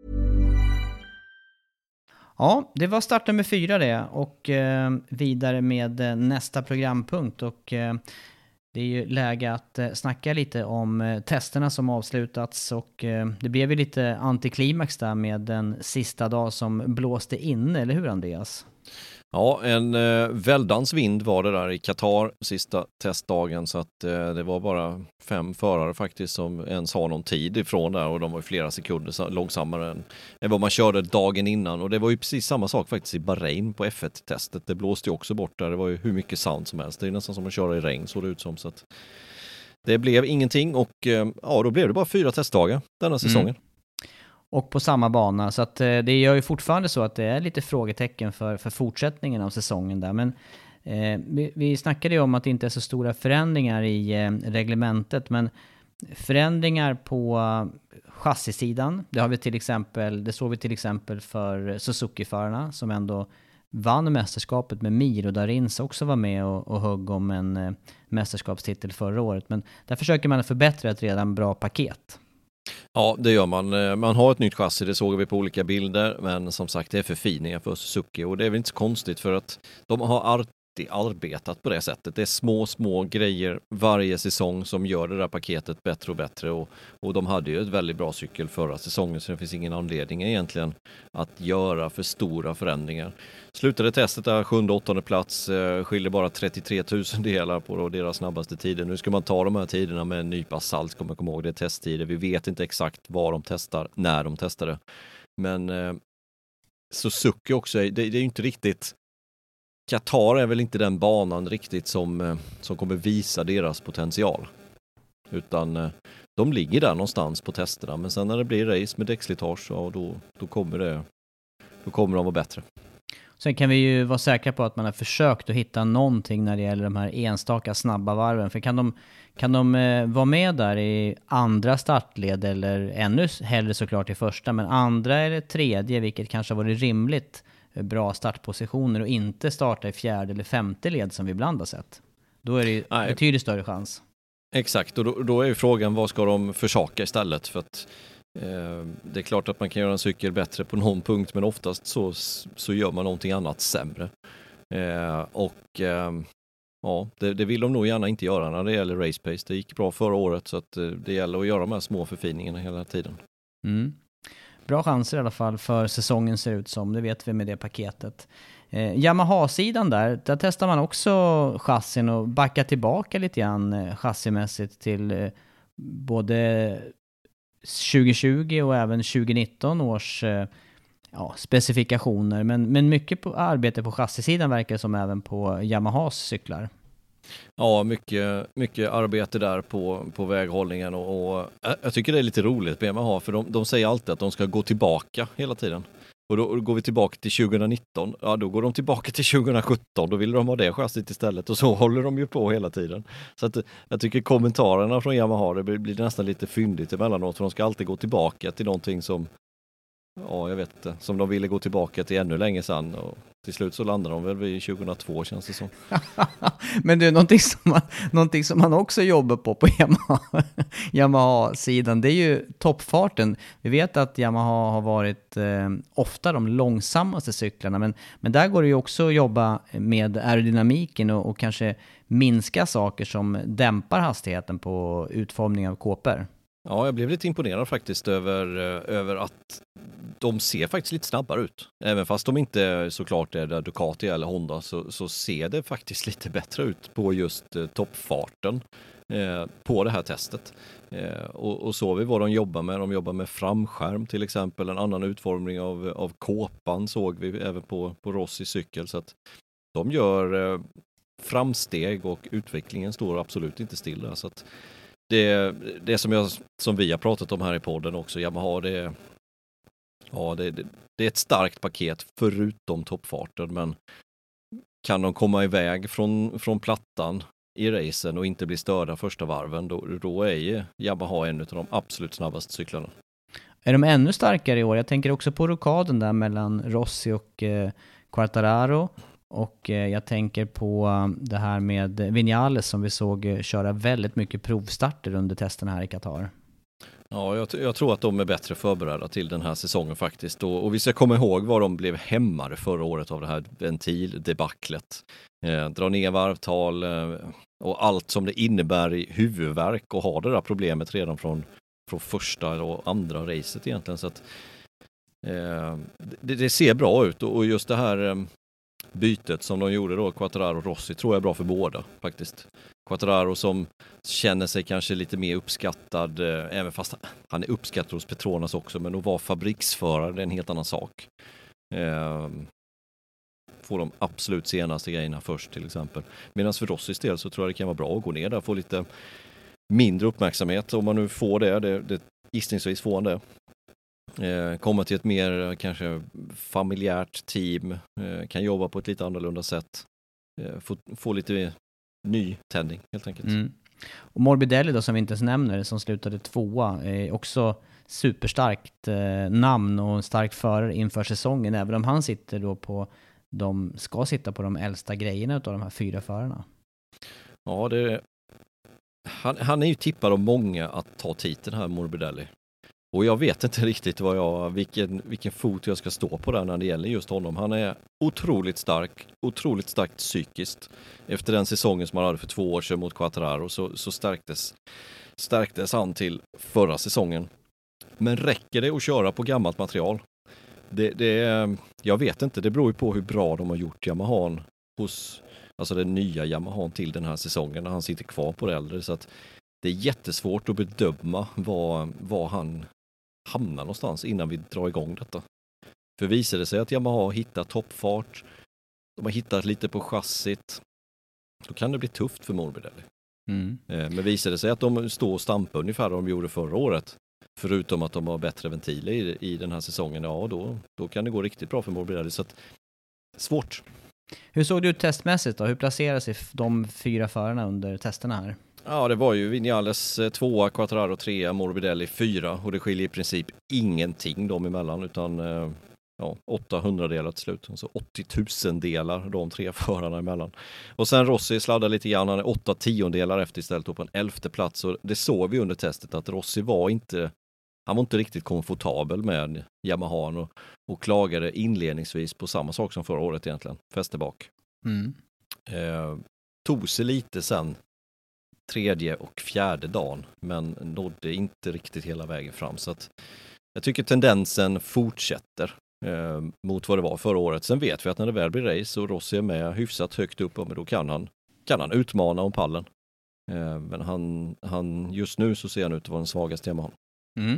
Speaker 4: Ja, det var start nummer fyra det. Och eh, vidare med eh, nästa programpunkt. Och eh, det är ju läge att eh, snacka lite om eh, testerna som avslutats. Och eh, det blev ju lite antiklimax där med den sista dag som blåste in. Eller hur, Andreas?
Speaker 5: Ja, en eh, väldans vind var det där i Qatar sista testdagen, så att eh, det var bara fem förare faktiskt som ens har någon tid ifrån där, och de var ju flera sekunder långsammare än, än vad man körde dagen innan. Och det var ju precis samma sak faktiskt i Bahrain på F ett-testet. Det blåste ju också bort där, det var ju hur mycket sound som helst. Det är nästan som att köra i regn, så det ut som. Så att det blev ingenting, och eh, ja, då blev det bara fyra testdagar denna säsongen. Mm.
Speaker 4: och på samma bana. Så att eh, det gör ju fortfarande så att det är lite frågetecken för, för fortsättningen av säsongen där. Men eh, vi, vi snackade ju om att det inte är så stora förändringar i eh, reglementet, men förändringar på chassisidan, det har vi till exempel, det såg vi till exempel för Suzuki-förarna som ändå vann mästerskapet med Mir, och Darins också var med och, och högg om en eh, mästerskapstitel förra året. Men där försöker man förbättra ett redan bra paket.
Speaker 5: Ja, det gör man. Man har ett nytt chassi, det såg vi på olika bilder, men som sagt det är förfiningar för Suzuki, och det är väl inte så konstigt för att de har alltid arbetat på det sättet. Det är små, små grejer varje säsong som gör det där paketet bättre och bättre, och, och de hade ju ett väldigt bra cykel förra säsongen, så det finns ingen anledning egentligen att göra för stora förändringar. Slutade testet där sjunde, åttonde plats, eh, skiljer bara trettiotre tusen delar på då, deras snabbaste tider. Nu ska man ta de här tiderna med en nypa salt, ska man komma ihåg, det är testtider. Vi vet inte exakt vad de testar, när de testar det. Men eh, Suzuki också, det, det är ju inte riktigt, Qatar är väl inte den banan riktigt som, eh, som kommer visa deras potential. Utan eh, de ligger där någonstans på testerna, men sen när det blir race med däckslitage, ja, då, då kommer det då kommer de vara bättre.
Speaker 4: Sen kan vi ju vara säkra på att man har försökt att hitta någonting när det gäller de här enstaka snabba varven. För kan de, kan de eh, vara med där i andra startled, eller ännu hellre såklart i första, men andra eller tredje, vilket kanske har varit rimligt bra startpositioner, och inte starta i fjärde eller femte led som vi ibland har sett. Då är det ju betydligt större chans.
Speaker 5: Exakt, och då, då är ju frågan, vad ska de försaka istället? För att eh, det är klart att man kan göra en cykel bättre på någon punkt, men oftast så, så gör man någonting annat sämre. Eh, och eh, ja, det, det vill de nog gärna inte göra när det gäller race pace. Det gick bra förra året, så att eh, det gäller att göra de här små förfiningarna hela tiden.
Speaker 4: Mm. Bra chanser i alla fall för säsongen ser ut som, det vet vi med det paketet. Eh, Yamaha-sidan där, där testar man också chassin och backar tillbaka lite grann eh, chassimässigt till eh, både tjugo tjugo och även tjugo nitton års eh, ja, specifikationer. Men, men mycket på, arbete på chassisidan verkar som även på Yamahas cyklar.
Speaker 5: Ja, mycket, mycket arbete där på, på väghållningen, och, och jag tycker det är lite roligt med Yamaha, för de, de säger alltid att de ska gå tillbaka hela tiden. Och då, och då går vi tillbaka till tjugo nitton, ja då går de tillbaka till tjugo sjutton, då vill de ha det chassit istället, och så håller de ju på hela tiden. Så att jag tycker kommentarerna från Yamaha, det blir, blir nästan lite fyndigt emellanåt, för de ska alltid gå tillbaka till någonting som, ja jag vet inte, som de ville gå tillbaka till ännu länge sedan, och till slut så landar de väl vid tjugohundratvå, känns det som.
Speaker 4: Men det är någonting som man, någonting som man också jobbar på på Yamaha, Yamaha-sidan. Det är ju toppfarten. Vi vet att Yamaha har varit eh, ofta de långsammaste cyklarna. Men, men där går det ju också att jobba med aerodynamiken och, och kanske minska saker som dämpar hastigheten på utformning av kåpor.
Speaker 5: Ja, jag blev lite imponerad faktiskt över, över att de ser faktiskt lite snabbare ut. Även fast de inte såklart är Ducati eller Honda, så, så ser det faktiskt lite bättre ut på just eh, toppfarten eh, på det här testet. Eh, och, och så vi vad de jobbar med. De jobbar med framskärm till exempel, en annan utformning av, av kåpan såg vi även på, på Rossi cykel. Så att de gör eh, framsteg, och utvecklingen står absolut inte stilla. Så att det, det som, jag, som vi har pratat om här i podden också, Yamaha, det är Ja, det, det, det är ett starkt paket förutom toppfarten, men kan de komma iväg från, från plattan i racen och inte bli störda första varven, då, då är ju Yamaha en av de absolut snabbaste cyklarna.
Speaker 4: Är de ännu starkare i år? Jag tänker också på rokaden där mellan Rossi och eh, Quartararo, och eh, jag tänker på um, det här med Viñales som vi såg eh, köra väldigt mycket provstarter under testerna här i Qatar.
Speaker 5: Ja, jag, jag tror att de är bättre förberedda till den här säsongen faktiskt. Och, och vi ska komma ihåg vad de blev hämmade förra året av det här ventildebaclet. Eh, dra ner varvtal eh, och allt som det innebär i huvudvärk, och ha det där problemet redan från, från första och andra racet egentligen. Så att, eh, det, det ser bra ut, och just det här eh, bytet som de gjorde då, Quartararo och Rossi, tror jag är bra för båda faktiskt. Quartararo som känner sig kanske lite mer uppskattad, eh, även fast han är uppskattad hos Petronas också, men att vara fabriksförare, det är en helt annan sak. Eh, får de absolut senaste grejerna först till exempel. Medan för Rossis del så tror jag det kan vara bra att gå ner där, få lite mindre uppmärksamhet, om man nu får det, det, det gissningsvis får han det. Eh, komma till ett mer kanske familjärt team, eh, kan jobba på ett lite annorlunda sätt. Eh, få, få lite ny tändning helt enkelt.
Speaker 4: Mm. Och Morbidelli då, som vi inte ens nämner, som slutade tvåa, är också superstarkt eh, namn och en stark förare inför säsongen, även om han sitter då på de ska sitta på de äldsta grejerna av de här fyra förarna.
Speaker 5: Ja, det han, han är ju tippad av många att ta titeln här, Morbidelli. Och jag vet inte riktigt vad jag, vilken, vilken fot jag ska stå på där när det gäller just honom. Han är otroligt stark, otroligt starkt psykiskt. Efter den säsongen som han hade för två år sedan mot Quartararo så, så stärktes, stärktes han till förra säsongen. Men räcker det att köra på gammalt material? Det, det, jag vet inte, det beror ju på hur bra de har gjort Yamahan hos, alltså den nya Yamahan till den här säsongen när han sitter kvar på det äldre. Så att det är jättesvårt att bedöma vad, vad han hamnar någonstans innan vi drar igång detta. För visar det sig att Yamaha hittar toppfart, de har hittat lite på chassit, då kan det bli tufft för Morbidelli.
Speaker 4: Mm.
Speaker 5: Men visar det sig att de står och stampar ungefär som de gjorde förra året, förutom att de har bättre ventiler i, i den här säsongen, ja då, då kan det gå riktigt bra för Morbidelli. Så att, svårt.
Speaker 4: Hur såg det ut testmässigt då? Hur placerar sig de fyra förarna under testerna här?
Speaker 5: Ja, det var ju Vinales tvåa, Quartararo trea, Morbidelli fyra, och det skiljer i princip ingenting dem emellan, utan ja, åttahundra delar till slut. Alltså åttio tusen delar de tre förarna emellan. Och sen Rossi sladdade lite grann, han är åtta tiondelar efter istället på en elfte plats. Och det såg vi under testet att Rossi var inte, han var inte riktigt komfortabel med Yamahan och, och klagade inledningsvis på samma sak som förra året egentligen, fäste bak.
Speaker 4: Mm.
Speaker 5: Eh, tog sig lite sen tredje och fjärde dagen, men nådde inte riktigt hela vägen fram. Så att jag tycker tendensen fortsätter eh, mot vad det var förra året. Sen vet vi att när det väl blir race och Rossi är med hyfsat högt upp, men då kan han, kan han utmana om pallen. Eh, men han, han, just nu så ser han ut att vara den svagaste Yamaha.
Speaker 4: Mm.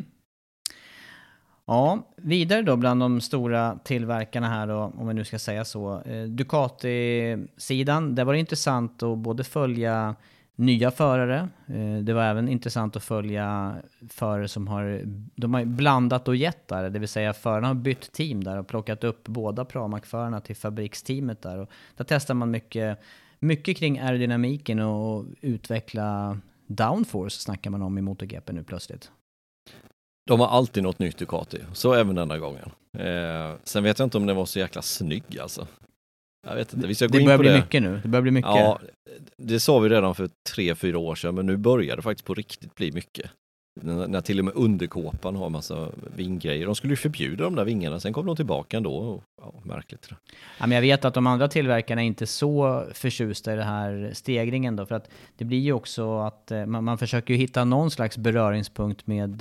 Speaker 4: Ja, vidare då bland de stora tillverkarna här då, om vi nu ska säga så. Eh, Ducati-sidan, där var det intressant att både följa nya förare. Eh, det var även intressant att följa förare som har, de har blandat och gett där, det vill säga förarna har bytt team där och plockat upp båda Pramac-förarna till fabriksteamet där. Och där testar man mycket, mycket kring aerodynamiken och utveckla downforce snackar man om i MotoGP nu plötsligt.
Speaker 5: De har alltid något nytt Ducati, så även denna gången. Eh, sen vet jag inte om den var så jäkla snygg alltså. Jag vet inte, vi ska gå
Speaker 4: det
Speaker 5: in
Speaker 4: börjar
Speaker 5: på
Speaker 4: bli
Speaker 5: det.
Speaker 4: mycket nu, det börjar bli mycket.
Speaker 5: Ja, det sa vi redan för tre, fyra år sedan, men nu börjar det faktiskt på riktigt bli mycket. När, när till och med underkåpan har massa vinggrejer. De skulle ju förbjuda de där vingarna, sen kom de tillbaka ändå. Och, ja, märkligt. Ja,
Speaker 4: men jag vet att de andra tillverkarna är inte så förtjusta i det här stegringen då, för att det blir ju också att man, man försöker ju hitta någon slags beröringspunkt med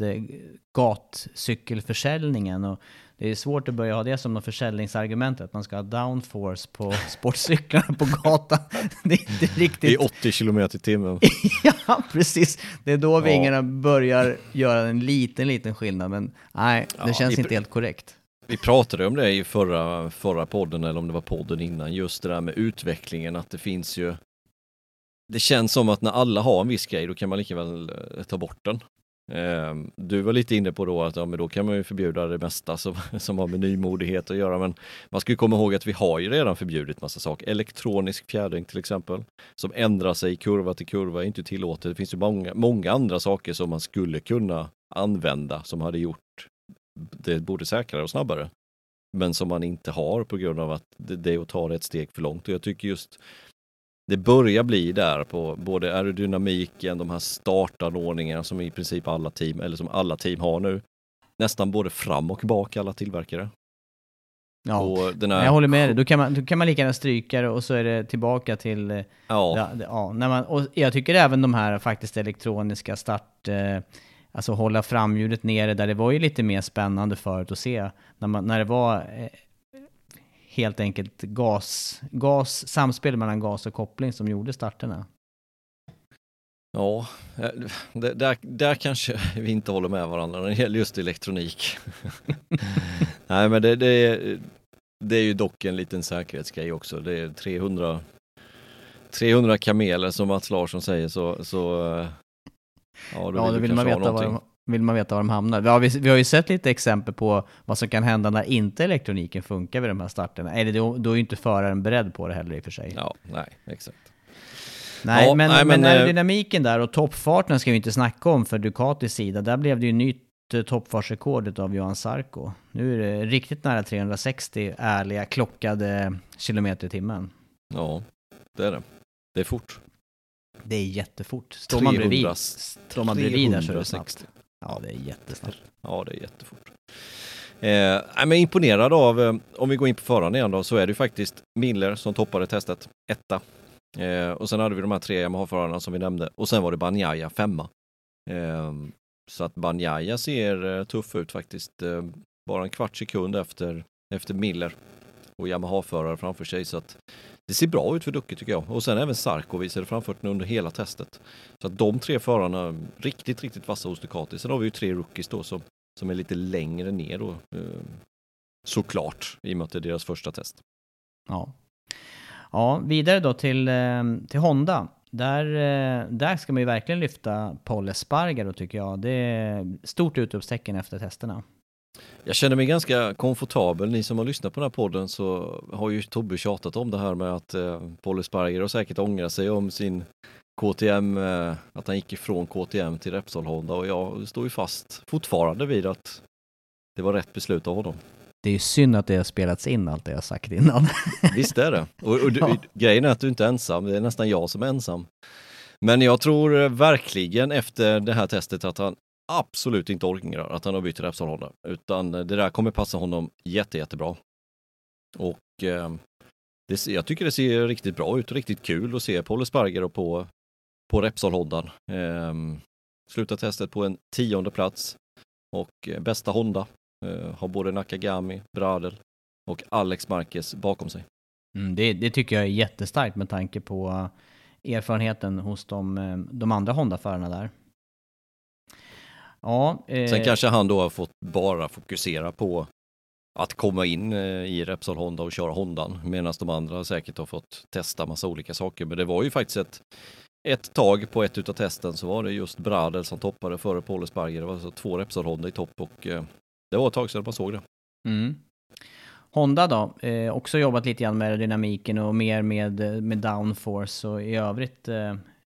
Speaker 4: gatcykelförsäljningen, och det är svårt att börja ha det som något försäljningsargument att man ska ha downforce på sportcyklarna på gatan. Det är inte riktigt...
Speaker 5: I åttio kilometer i timmen.
Speaker 4: Ja, precis. Det är då vingarna ja. börjar göra en liten, liten skillnad, men nej, det ja, känns vi, inte helt korrekt.
Speaker 5: Vi pratade om det i förra, förra podden, eller om det var podden innan, just det där med utvecklingen, att det finns ju... Det känns som att när alla har en viss grej, då kan man lika väl ta bort den. Du var lite inne på då att ja, men då kan man ju förbjuda det mesta som, som har med nymodighet att göra, men man ska ju komma ihåg att vi har ju redan förbjudit massa saker. Elektronisk fjädring till exempel, som ändrar sig kurva till kurva, är inte tillåtet. Det finns ju många, många andra saker som man skulle kunna använda som hade gjort det både säkrare och snabbare, men som man inte har på grund av att det, det är att ta det ett steg för långt. Och jag tycker just det börjar bli där på både aerodynamiken, de här startanordningarna som i princip alla team, eller som alla team har nu. Nästan både fram och bak alla tillverkare.
Speaker 4: Ja, och den här... jag håller med dig. Då kan man, då kan man lika gärna stryka det och så är det tillbaka till... Ja. Ja, ja, när man, och jag tycker även de här faktiskt elektroniska start... Eh, alltså hålla framhjulet nere där, det var ju lite mer spännande förut att se. När, man, när det var... Eh, helt enkelt gas, gas, samspel mellan gas och koppling som gjorde starterna.
Speaker 5: Ja, där, där, där kanske vi inte håller med varandra när det gäller just elektronik. Nej, men det, det, är, det är ju dock en liten säkerhetsgrej också. Det är trehundra, trehundra kameler som Mats Larsson säger, så, så ja, då
Speaker 4: ja,
Speaker 5: vill,
Speaker 4: då vill man veta vad de, vill man veta var de hamnar. Vi har, vi har ju sett lite exempel på vad som kan hända när inte elektroniken funkar vid de här starterna. Eller då, då är ju inte föraren beredd på det heller i och för sig.
Speaker 5: Ja, nej, exakt.
Speaker 4: Nej,
Speaker 5: ja,
Speaker 4: men,
Speaker 5: nej,
Speaker 4: men,
Speaker 5: men
Speaker 4: aerodynamiken där och toppfarten ska vi inte snacka om för Ducatis sida. Där blev det ju nytt toppfartsrekordet av Johan Zarco. Nu är det riktigt nära trehundrasextio ärliga klockade kilometer i timmen.
Speaker 5: Ja, det är det. Det är fort.
Speaker 4: Det är jättefort. Står man bredvid, står man bredvid där så är det snabbt. Ja, det är jättesnabbt.
Speaker 5: Ja, det är jättefort. Eh, men imponerad av, eh, om vi går in på föraren igen då, så är det ju faktiskt Miller som toppade testet, etta. Eh, och sen hade vi de här tre Yamaha-förarna som vi nämnde. Och sen var det Bagnaia, femma. Eh, så att Bagnaia ser eh, tuff ut faktiskt. Eh, bara en kvart sekund efter, efter Miller och Yamaha-förare framför sig. Så att det ser bra ut för Ducati tycker jag. Och sen även Zarco visade framfört under hela testet. Så att de tre förarna riktigt, riktigt vassa hos Ducati. Sen har vi ju tre rookies då som, som är lite längre ner då. Eh, såklart, i och med att det är deras första test.
Speaker 4: Ja. Ja, vidare då till, till Honda. Där, där ska man ju verkligen lyfta Pol Espargaro tycker jag. Det är stort utropstecken efter testerna.
Speaker 5: Jag känner mig ganska komfortabel. Ni som har lyssnat på den här podden så har ju Tobbe tjatat om det här med att eh, Pol Espargaro säkert ångrar sig om sin K T M, eh, att han gick ifrån K T M till Repsol Honda, och jag står ju fast fortfarande vid att det var rätt beslut av honom.
Speaker 4: Det är ju synd att det har spelats in allt det jag sagt innan.
Speaker 5: Visst är det. Och, och du, ja. Grejen är att du inte är ensam. Det är nästan jag som är ensam. Men jag tror verkligen efter det här testet att han absolut inte ångrar att han har bytt till Repsol Honda. Utan det där kommer passa honom jätte, jättebra. Och eh, det, jag tycker det ser riktigt bra ut och riktigt kul att se Pol Espargaro på, på Repsol Honda. Eh, slutar testet på en tionde plats. Och eh, bästa Honda. Uh, har både Nakagami, Bradel och Alex Marquez bakom sig.
Speaker 4: Mm, det, det tycker jag är jättestarkt med tanke på erfarenheten hos de, de andra Honda-förarna där. Ja, eh...
Speaker 5: Sen kanske han då har fått bara fokusera på att komma in eh, i Repsol Honda och köra Hondan, medan de andra säkert har fått testa massa olika saker. Men det var ju faktiskt ett, ett tag på ett utav testen så var det just Bradel som toppade före Pol Espargaro. Det var alltså två Repsol Honda i topp och eh, det var ett tag sedan man såg det.
Speaker 4: Mm. Honda då, eh, också jobbat lite grann med dynamiken och mer med, med downforce och i övrigt eh,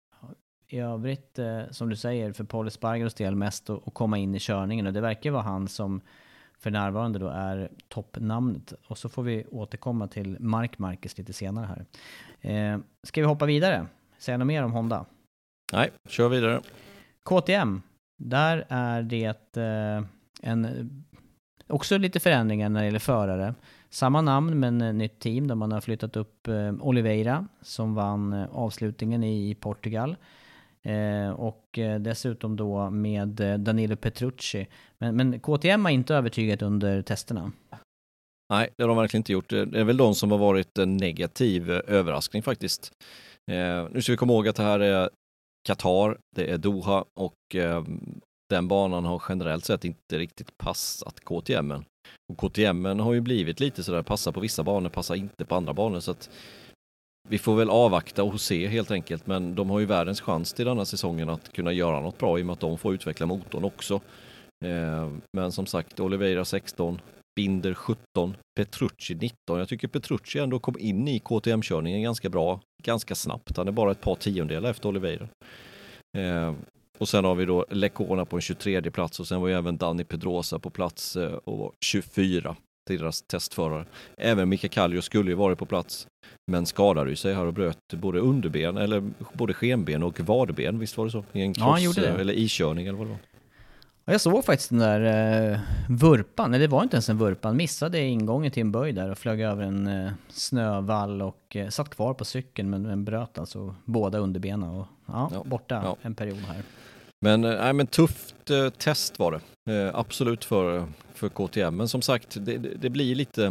Speaker 4: i övrigt eh, som du säger för Pol Espargaros del mest att komma in i körningen, och det verkar vara han som för närvarande då är toppnamnet, och så får vi återkomma till Marc Marquez lite senare här. Eh, ska vi hoppa vidare? Säga något mer om Honda?
Speaker 5: Nej, kör vidare.
Speaker 4: K T M, där är det eh, en, också lite förändringar när det gäller förare. Samma namn men ett nytt team där man har flyttat upp eh, Oliveira som vann eh, avslutningen i Portugal. Eh, och eh, dessutom då med eh, Danilo Petrucci. Men, men K T M har inte övertygat under testerna.
Speaker 5: Nej, det har de verkligen inte gjort. Det är väl de som har varit en negativ överraskning faktiskt. Eh, nu ska vi komma ihåg att det här är Qatar, det är Doha och eh, den banan har generellt sett inte riktigt passat K T M. Och K T M har ju blivit lite sådär, passa på vissa banor, passa inte på andra banor, så att vi får väl avvakta och se helt enkelt, men de har ju världens chans till denna säsongen att kunna göra något bra i och med att de får utveckla motorn också. Eh, men som sagt, Oliveira sexton, Binder sjutton, Petrucci nitton. Jag tycker Petrucci ändå kom in i K T M-körningen ganska bra, ganska snabbt. Han är bara ett par tiondelar efter Oliveira. Eh, och sen har vi då Lecona på en tjugotredje plats, och sen var ju även Dani Pedrosa på plats eh, och tjugofyra till deras testförare. Även Mika Kallio skulle ju varit på plats, men skadade ju sig här och bröt både underben, eller både skenben och vadben, visst var det så? I en cross,
Speaker 4: ja,
Speaker 5: eller ikörning eller vad det var.
Speaker 4: Ja, jag såg faktiskt den där eh, vurpan, eller det var inte ens en vurpan, missade ingången till en böj där och flög över en eh, snövall och eh, satt kvar på cykeln, men, men bröt alltså båda underbenen och ja, ja, borta ja. en period här.
Speaker 5: Men, nej, men tufft eh, test var det, eh, absolut för, för K T M, men som sagt, det, det, det blir lite,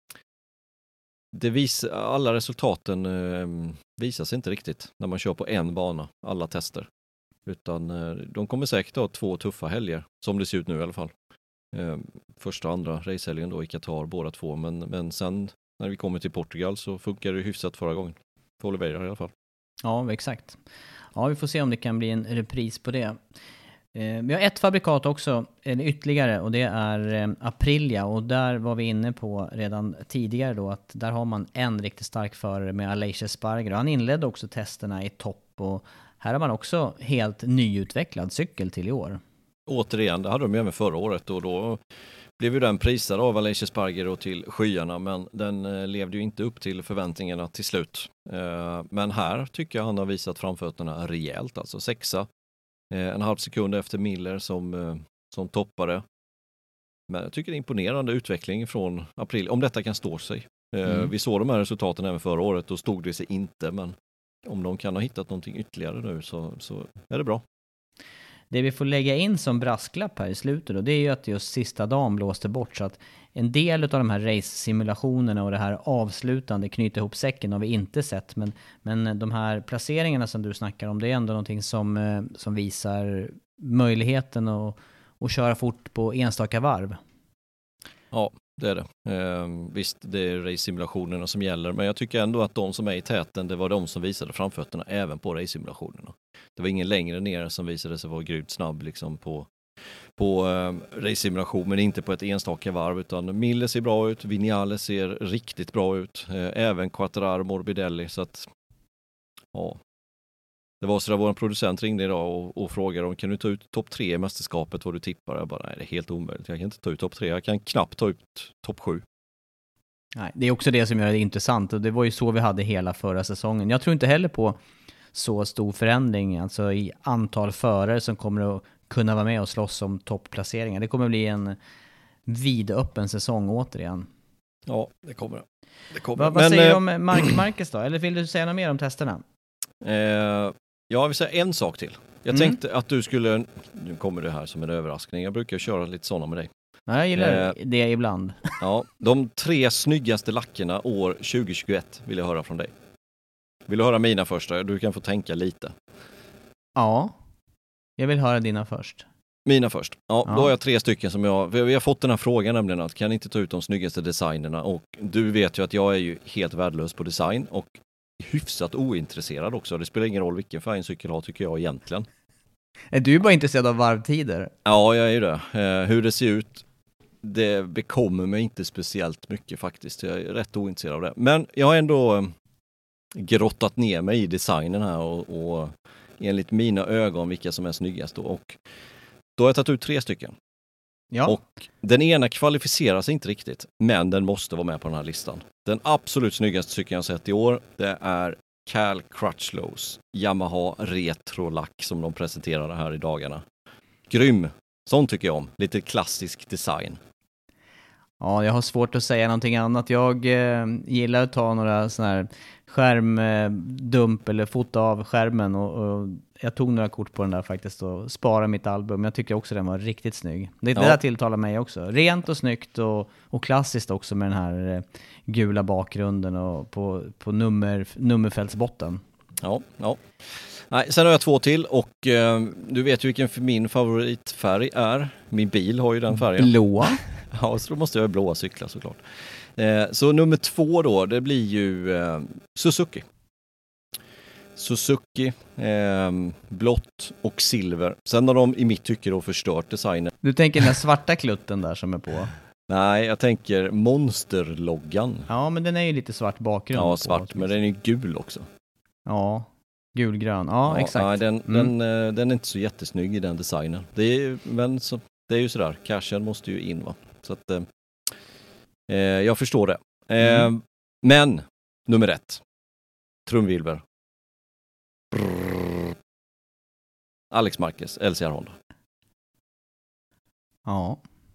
Speaker 5: det visar, alla resultaten eh, visas inte riktigt när man kör på en bana, alla tester. Utan eh, de kommer säkert ha två tuffa helger, som det ser ut nu i alla fall. Eh, första och andra racehelgen då i Qatar, båda två. Men, men sen när vi kommer till Portugal så funkar det hyfsat förra gången. För Oliveira i alla fall.
Speaker 4: Ja, exakt. Ja, vi får se om det kan bli en repris på det. Eh, vi har ett fabrikat också, eller ytterligare, och det är eh, Aprilia. Och där var vi inne på redan tidigare då att där har man en riktigt stark förare med Aleix Espargaro. Han inledde också testerna i topp och här har man också helt nyutvecklad cykel till i år.
Speaker 5: Återigen, det hade de ju även förra året och då blev ju den prisad av Aleix Espargaro till skyarna, men den eh, levde ju inte upp till förväntningarna till slut. Eh, men här tycker jag han har visat framfötterna rejält, alltså sexa. En halv sekund efter Miller som, som toppare. Men jag tycker det är imponerande utveckling från april. Om detta kan stå sig. Mm. Vi såg de här resultaten även förra året. Då stod det sig inte. Men om de kan ha hittat någonting ytterligare nu så, så är det bra.
Speaker 4: Det vi får lägga in som brasklapp här i slutet då, det är ju att just sista dagen blåste bort. Så att en del av de här race-simulationerna och det här avslutande knyta ihop säcken har vi inte sett. Men, men de här placeringarna som du snackar om, det är ändå någonting som, som visar möjligheten att, att köra fort på enstaka varv.
Speaker 5: Ja, det är det. Eh, visst, det är race-simulationerna som gäller. Men jag tycker ändå att de som är i täten, det var de som visade framfötterna även på race-simulationerna. Det var ingen längre ner som visade sig vara grymt snabb liksom på, på eh, race-simulation, men inte på ett enstaka varv. Utan Miller ser bra ut, Vignales ser riktigt bra ut. Eh, även Quartararo, Morbidelli. Så att, ja. Det var så där vår producent ringde idag och, och frågade om kan du ta ut topp tre i mästerskapet vad du tippar. Jag bara, nej det är helt omöjligt. Jag kan inte ta ut topp tre. Jag kan knappt ta ut topp sju.
Speaker 4: Nej, det är också det som gör det intressant. Och det var ju så vi hade hela förra säsongen. Jag tror inte heller på så stor förändring alltså i antal förare som kommer att kunna vara med och slåss om toppplaceringar. Det kommer att bli en vidöppen säsong återigen.
Speaker 5: Ja, det kommer det. det kommer.
Speaker 4: Va, vad
Speaker 5: Men,
Speaker 4: säger du
Speaker 5: eh,
Speaker 4: om Marc Marquez då? Eller vill du säga något mer om testerna?
Speaker 5: Eh, jag vill säga en sak till. Jag
Speaker 4: Mm.
Speaker 5: tänkte att du skulle, nu kommer det här som en överraskning. Jag brukar köra lite sådana med dig.
Speaker 4: Ja, jag gillar
Speaker 5: Eh,
Speaker 4: det ibland.
Speaker 5: Ja, de tre snyggaste lackerna år tjugo tjugoett vill jag höra från dig. Vill du höra mina första? Du kan få tänka lite.
Speaker 4: Ja, jag vill höra dina först.
Speaker 5: Mina först. Ja,
Speaker 4: Ja.
Speaker 5: då har jag tre stycken som jag... Vi har fått den här frågan nämligen att kan inte ta ut de snyggaste designerna och du vet ju att jag är ju helt värdelös på design och hyfsat ointresserad också. Det spelar ingen roll vilken färg en cykel har tycker jag egentligen.
Speaker 4: Är du bara intresserad av varvtider?
Speaker 5: Ja, jag är ju det. Eh, hur det ser ut, det bekommer mig inte speciellt mycket faktiskt. Jag är rätt ointresserad av det. Men jag har ändå eh, grottat ner mig i designen här och, och enligt mina ögon vilka som är snyggast då. Och då har jag tagit ut tre stycken.
Speaker 4: Ja.
Speaker 5: Och den ena kvalificerar sig inte riktigt, men den måste vara med på den här listan. Den absolut snyggaste cykeln jag sett i år, det är Cal Crutchlows Yamaha Retro-lack som de presenterade här i dagarna. Grym! Sån tycker jag om. Lite klassisk design.
Speaker 4: Ja, jag har svårt att säga någonting annat. Jag eh, gillar att ta några sån här skärmdump eller fota av skärmen och, och jag tog några kort på den där faktiskt och sparade mitt album. Jag tycker också den var riktigt snygg. Det,
Speaker 5: Ja.
Speaker 4: det där tilltalar mig också. Rent och snyggt och, och klassiskt också med den här eh, gula bakgrunden och på, på nummer, nummerfältsbotten.
Speaker 5: Ja, ja. Nej, sen har jag två till och eh, du vet ju vilken för min favoritfärg är. Min bil har ju den färgen.
Speaker 4: Blåa.
Speaker 5: Ja, så då måste jag ha blåa cyklar såklart. Eh, så nummer två då, det blir ju eh, Suzuki. Suzuki, eh, blått och silver. Sen har de i mitt tycke då förstört designen.
Speaker 4: Du tänker den här svarta klutten där som är på.
Speaker 5: Nej, jag tänker monsterloggan.
Speaker 4: Ja, men den är ju lite svart bakgrund.
Speaker 5: Ja,
Speaker 4: på,
Speaker 5: svart, men den är gul också.
Speaker 4: Ja, gulgrön. Ja,
Speaker 5: Ja,
Speaker 4: exakt.
Speaker 5: nej, den,
Speaker 4: Mm.
Speaker 5: den, eh, den är inte så jättesnygg i den designen. Det är, men så, det är ju sådär, cashen måste ju in va. Så att eh, eh, jag förstår det. Eh,
Speaker 4: Mm.
Speaker 5: Men, nummer ett. Trumvirvel. Brrr. Alex Marquez, L C R Honda.
Speaker 4: Ja.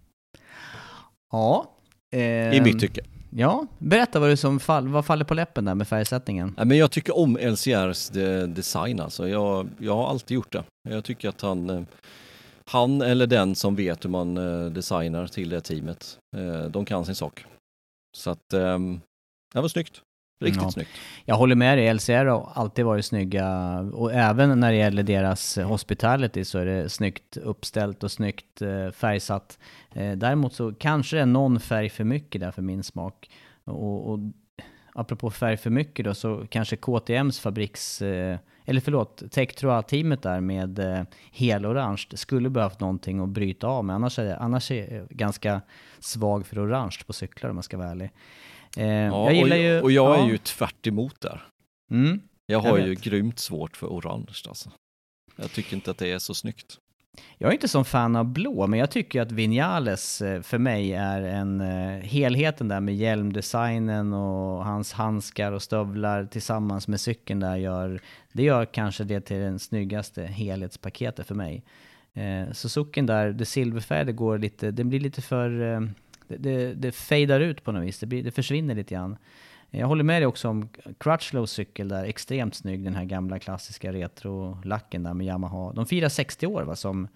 Speaker 4: Ja.
Speaker 5: I
Speaker 4: ehm,
Speaker 5: mitt tycke.
Speaker 4: Ja, berätta vad, du som fall, vad faller på läppen där med färgsättningen.
Speaker 5: Nej, men jag tycker om L C R:s de, design alltså. Jag, jag har alltid gjort det. Jag tycker att han, eh, han eller den som vet hur man eh, designar till det teamet, eh, de kan sin sak. Så att eh, det var snyggt. Riktigt
Speaker 4: Ja.
Speaker 5: snyggt.
Speaker 4: Jag håller med dig, L C R har alltid varit snygga och även när det gäller deras hospitality så är det snyggt uppställt och snyggt eh, färgsatt. Eh, däremot så kanske det är någon färg för mycket där för min smak. Och, och apropå färg för mycket då, så kanske K T M:s fabriks, eh, eller förlåt, Tektroa-teamet där med eh, helorange, det skulle behövt någonting att bryta av med. Annars är det, annars är jag ganska svag för orange på cyklar om man ska vara ärlig. Eh,
Speaker 5: ja,
Speaker 4: jag gillar
Speaker 5: och,
Speaker 4: ju,
Speaker 5: och jag
Speaker 4: ja.
Speaker 5: är ju tvärt emot där.
Speaker 4: Mm,
Speaker 5: jag har
Speaker 4: jag
Speaker 5: ju
Speaker 4: vet.
Speaker 5: grymt svårt för orange alltså. Jag tycker inte att det är så snyggt.
Speaker 4: Jag är inte som fan av blå, men jag tycker att Viñales eh, för mig är en eh, helheten där med hjälmdesignen och hans handskar och stövlar tillsammans med cykeln där gör, det gör kanske det till den snyggaste helhetspaketet för mig. Eh, Suzukin där, det silverfärgade går lite, det blir lite för, eh, det, det, det fejdar ut på något vis, det, blir, det försvinner lite grann. Jag håller med dig också om Crutchlows cykel där, extremt snygg, den här gamla klassiska retro-lacken där med Yamaha. De firar sextio år va, som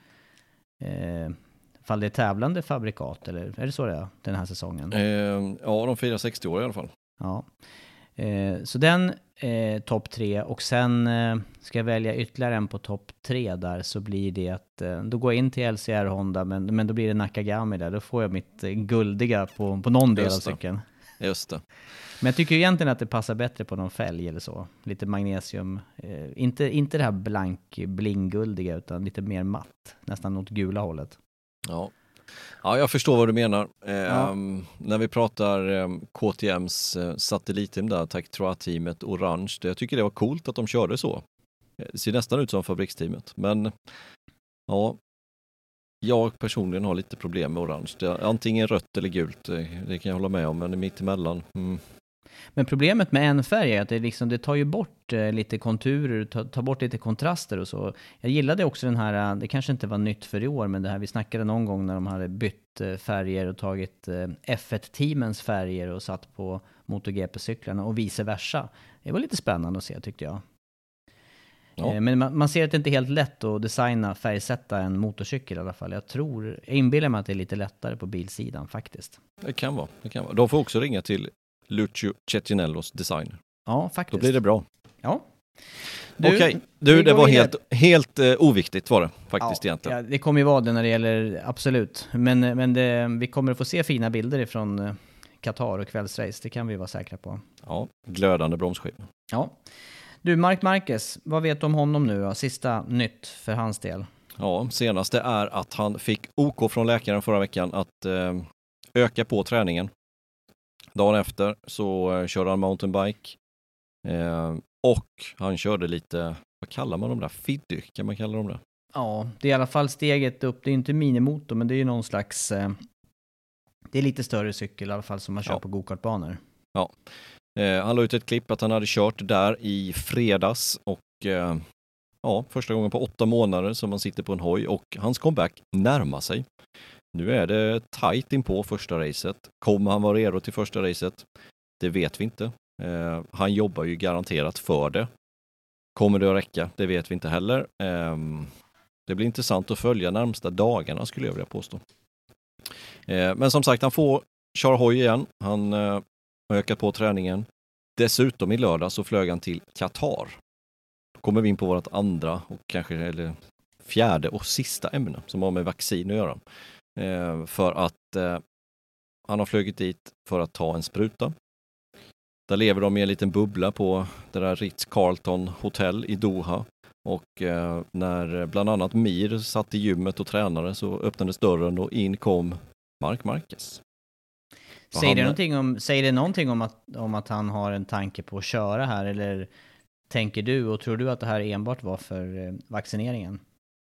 Speaker 4: eh, fall det är tävlande fabrikat, eller är det så det är den här säsongen?
Speaker 5: Eh, ja, de firar sextio år i alla fall.
Speaker 4: Ja. Eh, så den eh, topp tre, och sen eh, ska jag välja ytterligare en på topp tre där, så blir det att eh, då går jag in till L C R Honda, men, men då blir det Nakagami där, då får jag mitt eh, guldiga på, på någon del av cykeln.
Speaker 5: Just det.
Speaker 4: Men jag tycker egentligen att det passar bättre på någon fälg eller så. Lite magnesium. Eh, inte, inte det här blank blingguldiga, utan lite mer matt. Nästan åt gula hållet.
Speaker 5: Ja. Ja, jag förstår vad du menar. Eh,
Speaker 4: Ja.
Speaker 5: När vi pratar eh, K T M:s eh, satellitteam där, Tektroa-teamet Orange. Det, jag tycker det var coolt att de körde så. Det ser nästan ut som fabriksteamet. Men ja, jag personligen har lite problem med orange. Det är antingen rött eller gult, det, det kan jag hålla med om, men mitt emellan. Mm.
Speaker 4: Men problemet med en färg är att det, liksom, det tar ju bort eh, lite konturer, tar, tar bort lite kontraster och så. Jag gillade också den här, det kanske inte var nytt för i år, men det här vi snackade någon gång när de hade bytt eh, färger och tagit eh, F ett-teamens färger och satt på MotoGP-cyklarna och vice versa. Det var lite spännande att se, tyckte jag.
Speaker 5: Ja.
Speaker 4: Eh, men man, man ser att det inte är helt lätt att designa, färgsätta en motorcykel i alla fall. Jag tror, jag inbillar mig att det är lite lättare på bilsidan faktiskt.
Speaker 5: Det kan vara, det kan vara. De får också ringa till Lucio Cetinellos designer.
Speaker 4: Ja, faktiskt.
Speaker 5: Då blir det bra.
Speaker 4: Ja.
Speaker 5: Okej, okay.
Speaker 4: vi
Speaker 5: du, det
Speaker 4: går
Speaker 5: var
Speaker 4: vidare.
Speaker 5: helt, helt uh, oviktigt var det faktiskt
Speaker 4: Ja,
Speaker 5: egentligen.
Speaker 4: ja, det kommer ju vara det när det gäller, absolut. Men, men det, vi kommer att få se fina bilder från uh, Qatar och kvällsrace, det kan vi vara säkra på.
Speaker 5: Ja, glödande bromsskivor.
Speaker 4: Ja. Du, Marc Marquez, vad vet du om honom nu då? Sista nytt för hans del.
Speaker 5: Ja, senaste är att han fick OK från läkaren förra veckan att uh, öka på träningen. Dagen efter så uh, körde han mountainbike. Uh, och han körde lite, vad kallar man dem där? Fiddy, kan man kalla dem det?
Speaker 4: Ja, det är i alla fall steget upp. Det är inte minimotor, men det är ju någon slags... Eh, det är lite större cykel i alla fall som man kör
Speaker 5: Ja.
Speaker 4: på go-kartbanor.
Speaker 5: Ja. Eh, han la ut ett klipp att han hade kört där i fredags och eh, ja, första gången på åtta månader som han sitter på en hoj och hans comeback närmar sig. Nu är det tajt in på första racet. Kommer han vara redo till första racet? Det vet vi inte. Eh, han jobbar ju garanterat för det. Kommer det att räcka? Det vet vi inte heller. Eh, det blir intressant att följa närmsta dagarna skulle jag vilja påstå. Eh, men som sagt, han får köra hoj igen. Han eh, har ökat på träningen. Dessutom i lördag så flög han till Qatar. Då kommer vi in på vårt andra och kanske eller fjärde och sista ämne som har med vaccin att göra. Eh, för att eh, han har flugit dit för att ta en spruta. Där lever de i en liten bubbla på det där Ritz-Carlton hotell i Doha. Och eh, när bland annat Mir satt i gymmet och tränade så öppnades dörren och in kom Marc Marquez.
Speaker 4: Säger,
Speaker 5: han,
Speaker 4: det någonting om, säger det någonting om att, om att han har en tanke på att köra här? Eller tänker du och tror du att det här enbart var för eh, vaccineringen?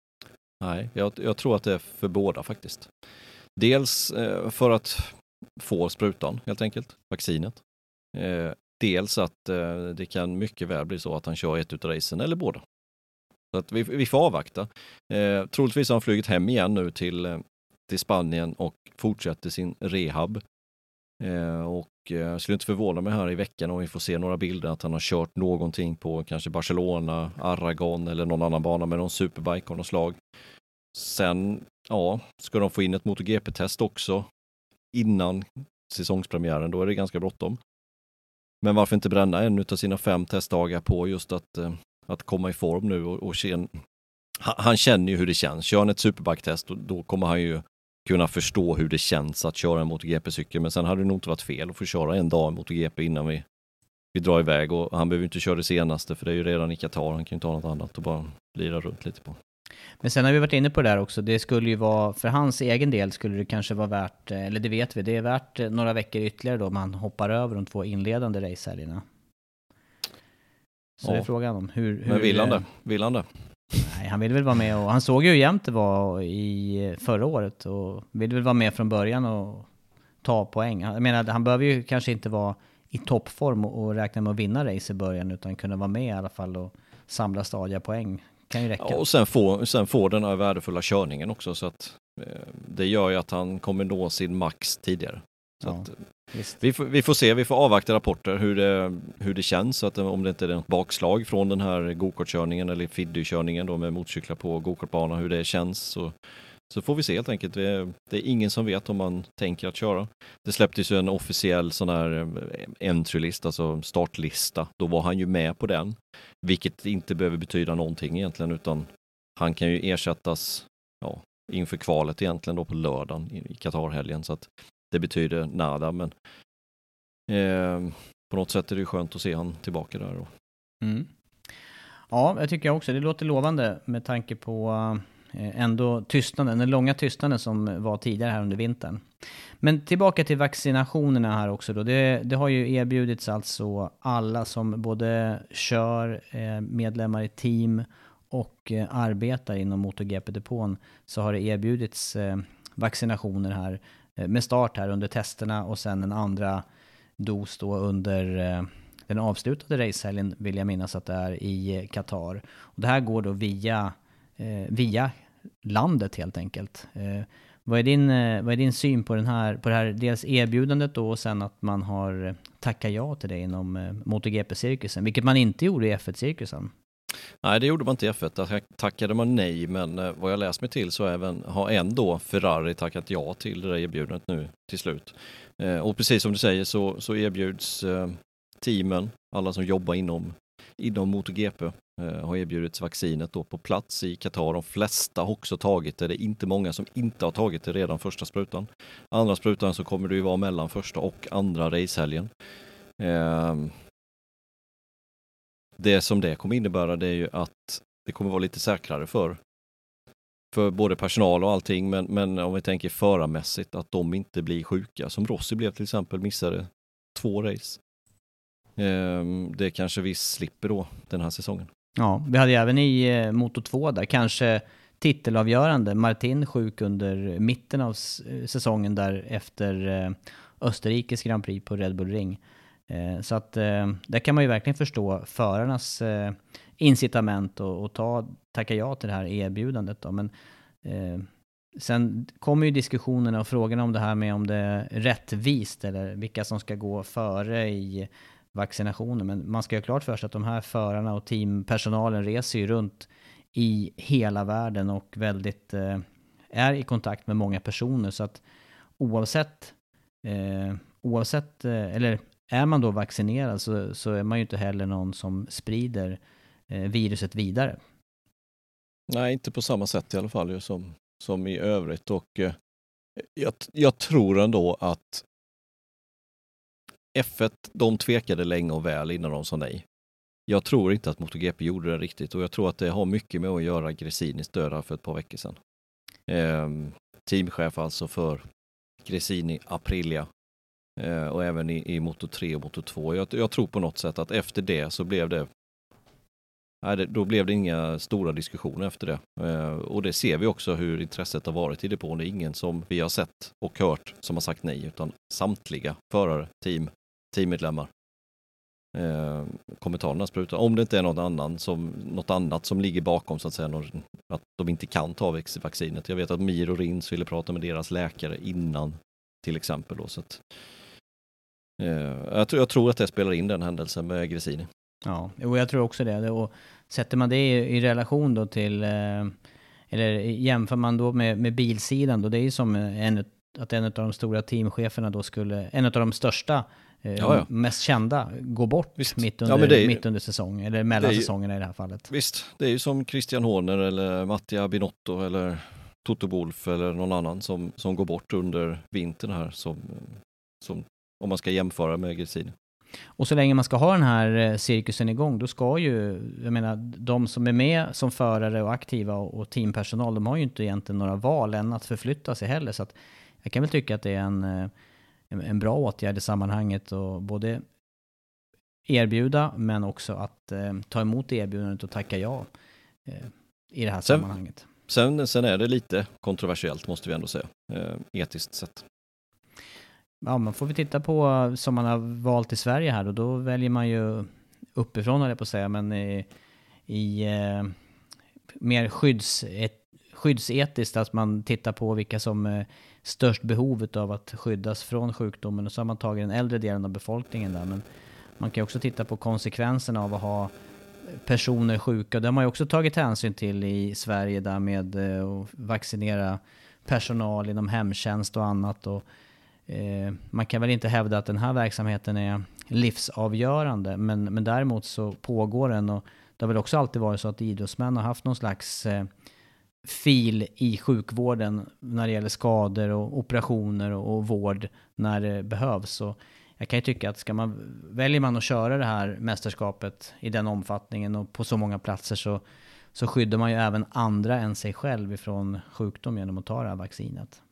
Speaker 5: Nej, jag, jag tror att det är för båda faktiskt. Dels eh, för att få sprutan helt enkelt, vaccinet. Eh, dels att eh, det kan mycket väl bli så att han kör ett utav racen eller båda. Så att vi, vi får avvakta. Eh, troligtvis har han flugit hem igen nu till, eh, till Spanien och fortsätter sin rehab. Eh, och eh, jag skulle inte förvåna mig här i veckan om vi får se några bilder att han har kört någonting på kanske Barcelona, Aragon eller någon annan bana med någon superbike av något slag. Sen, ja, ska de få in ett MotoGP-test också innan säsongspremiären, då är det ganska bråttom. Men varför inte bränna en av sina fem testdagar på just att, eh, att komma i form nu och, och känna, han, han känner ju hur det känns. Kör han ett superbike-test då, då kommer han ju kunna förstå hur det känns att köra en MotoGP-cykel. Men sen hade det nog inte varit fel att få köra en dag MotoGP innan vi vi drar iväg och han behöver inte köra det senaste för det är ju redan i Qatar, han kan ju ta något annat och bara lira runt lite på.
Speaker 4: Men sen har vi varit inne på det där också, det skulle ju vara, för hans egen del skulle det kanske vara värt, eller det vet vi, det är värt några veckor ytterligare då man hoppar över de två inledande racehelgerna. Så ja. Det är frågan om hur... hur
Speaker 5: Men vill han det? Vill han det?
Speaker 4: Nej, han vill väl vara med och han såg ju hur jämnt det var i förra året och vill väl vara med från början och ta poäng. Jag menar, han behöver ju kanske inte vara i toppform och räkna med att vinna race i början utan kunna vara med i alla fall och samla stadiga poäng. Kan ju räcka.
Speaker 5: Ja, och sen får, sen får den här värdefulla körningen också så att eh, det gör ju att han kommer nå sin max tidigare. Så
Speaker 4: Ja,
Speaker 5: att, vi, får, vi får se, vi får avvakta rapporter hur det, hur det känns så att om det inte är något bakslag från den här go-kartkörningen eller Fiddy-körningen då med motorcyklar på go-kartbana, hur det känns så, så får vi se helt enkelt. Det är, det är ingen som vet om man tänker att köra. Det släpptes ju en officiell sån här entry-list, alltså startlista. Då var han ju med på den, vilket inte behöver betyda någonting egentligen utan han kan ju ersättas ja, inför kvalet egentligen då på lördagen i Qatar-helgen så att det betyder nada, men eh, på något sätt är det ju skönt att se han tillbaka där. Då.
Speaker 4: Mm. Ja, jag tycker också. Det låter lovande med tanke på eh, ändå tystnaden, den långa tystnaden som var tidigare här under vintern. Men tillbaka till vaccinationerna här också då. Det, det har ju erbjudits alltså alla som både kör, eh, medlemmar i team och eh, arbetar inom MotoGP-depån så har det erbjudits eh, vaccinationer här med start här under testerna och sen en andra dos då under eh, den avslutade racehelgen vill jag minnas att det är i Qatar. Och det här går då via, eh, via landet helt enkelt. Eh, vad, är din, eh, vad är din syn på, den här, på det här dels erbjudandet då och sen att man har tackat ja till det inom eh, MotoGP-cirkusen, vilket man inte gjorde i F ett-cirkusen?
Speaker 5: Nej, det gjorde man inte i F ett. Där tackade man nej, men eh, vad jag läst mig till så även, har ändå Ferrari tackat ja till det där erbjudandet nu till slut. Eh, och precis som du säger så, så erbjuds eh, teamen, alla som jobbar inom, inom MotoGP eh, har erbjudits vaccinet då på plats i Qatar. De flesta har också tagit det. Det är inte många som inte har tagit det redan första sprutan. Andra sprutan så kommer det ju vara mellan första och andra racehelgen. Eh, Det som det kommer innebära det är ju att det kommer vara lite säkrare för, för både personal och allting. Men, men om vi tänker förarmässigt att de inte blir sjuka. Som Rossi blev till exempel, missade två race. Ehm, det kanske vi slipper då den här säsongen.
Speaker 4: Ja, vi hade även i eh, Moto två där kanske titelavgörande. Martin sjuk under mitten av s- säsongen där efter eh, Österrikes Grand Prix på Red Bull Ring. Så att eh, där kan man ju verkligen förstå förarnas eh, incitament och, och ta, tacka ja till det här erbjudandet då. Men eh, sen kommer ju diskussionerna och frågorna om det här med om det är rättvist eller vilka som ska gå före i vaccinationen. Men man ska ju klart för sig att de här förarna och teampersonalen reser ju runt i hela världen och väldigt eh, är i kontakt med många personer så att oavsett eh, oavsett eh, eller är man då vaccinerad så, så är man ju inte heller någon som sprider eh, viruset vidare.
Speaker 5: Nej, inte på samma sätt i alla fall ju, som, som i övrigt. Och eh, jag, jag tror ändå att F ett, de tvekade länge och väl innan de sa nej. Jag tror inte att MotoGP gjorde det riktigt och jag tror att det har mycket med att göra Gresinis död för ett par veckor sedan. Eh, teamchef alltså för Gresini Aprilia. Eh, och även i, i Moto tre och Moto två. Jag, jag tror på något sätt att efter det så blev det, nej, det då blev det inga stora diskussioner efter det. Eh, och det ser vi också hur intresset har varit i depån. Det är ingen som vi har sett och hört som har sagt nej utan samtliga förare, team, teammedlemmar. Eh, kommentarerna sprutar. Om det inte är något, annan som, något annat som ligger bakom så att säga, någon, att de inte kan ta vaccinet. Jag vet att Mir och Rins ville prata med deras läkare innan till exempel då, så att Jag tror, jag tror att det spelar in den händelsen med Gresini.
Speaker 4: Ja, och jag tror också det. Och sätter man det i, i relation då till, eh, eller jämför man då med, med bilsidan då, det är ju som en, att en av de stora teamcheferna då skulle, en av de största, eh, ja, ja. mest kända, gå bort mitt under, ja, är, mitt under säsong, eller mellan säsongerna i det här fallet.
Speaker 5: Visst, det är ju som Christian Horner eller Mattia Binotto eller Toto Wolff eller någon annan som, som går bort under vintern här som, som om man ska jämföra med Gresini.
Speaker 4: Och så länge man ska ha den här cirkusen igång, då ska ju, jag menar, de som är med som förare och aktiva och teampersonal, de har ju inte egentligen några val än att förflytta sig heller. Så att jag kan väl tycka att det är en, en bra åtgärd i sammanhanget, och både erbjuda men också att eh, ta emot erbjudandet och tacka ja eh, i det här sen, sammanhanget.
Speaker 5: Sen, sen är det lite kontroversiellt, måste vi ändå säga, eh, etiskt sett.
Speaker 4: Ja, man får vi titta på som man har valt i Sverige här, och då väljer man ju uppifrån, eller på att säga, men i, i eh, mer skydds, ett, skyddsetiskt, att man tittar på vilka som är störst behovet av att skyddas från sjukdomen, och så har man tagit den äldre delen av befolkningen där. Men man kan också titta på konsekvenserna av att ha personer sjuka. Det har man ju också tagit hänsyn till i Sverige där med att vaccinera personal inom hemtjänst och annat. Och eh, man kan väl inte hävda att den här verksamheten är livsavgörande, men, men däremot så pågår den, och det har väl också alltid varit så att idrottsmän har haft någon slags eh, fil i sjukvården när det gäller skador och operationer och, och vård när det behövs. Och jag kan ju tycka att ska man, väljer man att köra det här mästerskapet i den omfattningen och på så många platser, så, så skyddar man ju även andra än sig själv ifrån sjukdom genom att ta det här vaccinet.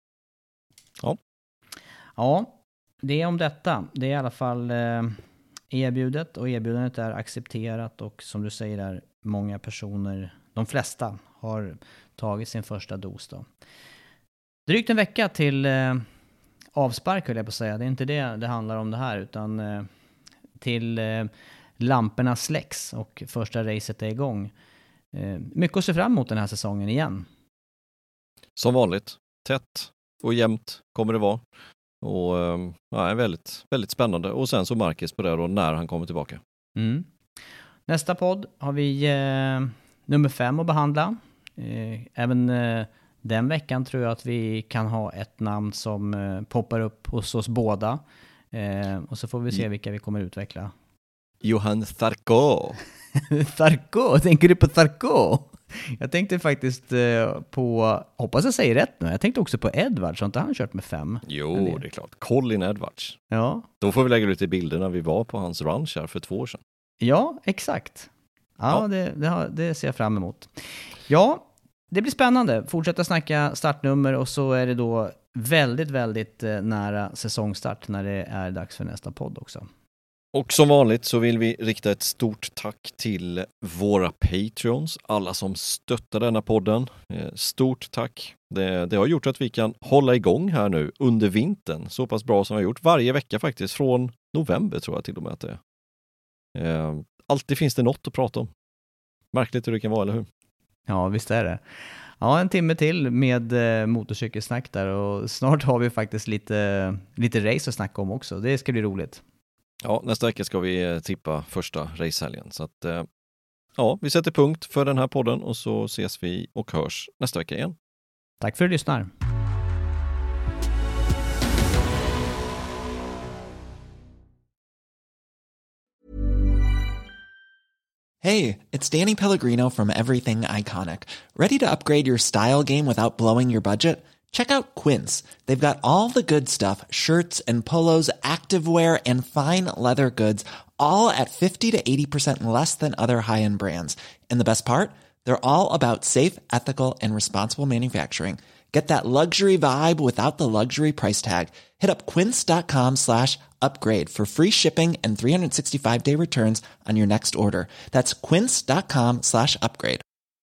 Speaker 5: Ja.
Speaker 4: Ja, det är om detta. Det är i alla fall eh, erbjudet, och erbjudandet är accepterat, och som du säger är många personer, de flesta, har tagit sin första dos då. Drygt en vecka till eh, avspark, höll jag på att säga. Det är inte det det handlar om det här, utan eh, till eh, lamporna släcks och första racet är igång. Eh, mycket att se fram emot den här säsongen igen.
Speaker 5: Som vanligt, tätt och jämnt kommer det vara. Och eh, ja, väldigt, väldigt spännande. Och sen så Marcus på det då, när han kommer tillbaka.
Speaker 4: Mm. Nästa podd har vi eh, nummer fem att behandla. Eh, även eh, den veckan tror jag att vi kan ha ett namn som eh, poppar upp hos oss båda. Eh, och så får vi se vilka vi kommer utveckla.
Speaker 5: Johan Zarco.
Speaker 4: Zarco? Tänker du på Zarco? Jag tänkte faktiskt eh, på, hoppas jag säger rätt nu, jag tänkte också på Edwards, har inte han kört med fem?
Speaker 5: Jo, det? det är klart. Colin Edwards.
Speaker 4: Ja.
Speaker 5: Då får vi lägga ut i bilderna vi var på hans ranch här för två år sedan.
Speaker 4: Ja, exakt. Ja, ja. Det, det, har, det ser jag fram emot. Ja, det blir spännande. Fortsätta snacka startnummer, och så är det då väldigt, väldigt nära säsongstart när det är dags för nästa podd också.
Speaker 5: Och som vanligt så vill vi rikta ett stort tack till våra Patreons, alla som stöttar denna podden. Stort tack. Det, det har gjort att vi kan hålla igång här nu under vintern så pass bra som vi har gjort varje vecka faktiskt, från november tror jag till och med att det är. Alltid finns det något att prata om. Märkligt hur det kan vara, eller hur?
Speaker 4: Ja, visst är det. Ja, en timme till med eh, motorcykelsnack där, och snart har vi faktiskt lite, lite race att snacka om också. Det ska bli roligt.
Speaker 5: Ja, nästa vecka ska vi tippa första racehelgen. Så att, eh, ja, vi sätter punkt för den här podden, och så ses vi och hörs nästa vecka igen.
Speaker 4: Tack för att du lyssnar.
Speaker 8: Hey, it's Danny Pellegrino from Everything Iconic. Ready to upgrade your style game without blowing your budget? Check out Quince. They've got all the good stuff, shirts and polos, activewear and fine leather goods, all at fifty to eighty percent less than other high-end brands. And the best part? They're all about safe, ethical and responsible manufacturing. Get that luxury vibe without the luxury price tag. Hit up quince.com slash upgrade for free shipping and three sixty-five day returns on your next order. That's quince.com slash upgrade.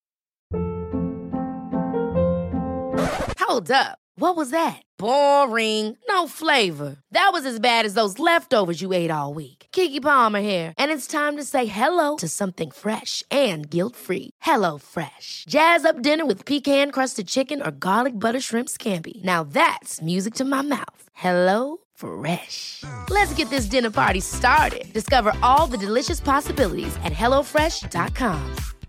Speaker 3: Hold up. What was that? Boring. No flavor. That was as bad as those leftovers you ate all week. Keke Palmer here, and it's time to say hello to something fresh and guilt-free. Hello Fresh. Jazz up dinner with pecan-crusted chicken or garlic butter shrimp scampi. Now that's music to my mouth. Hello Fresh. Let's get this dinner party started. Discover all the delicious possibilities at hello fresh dot com.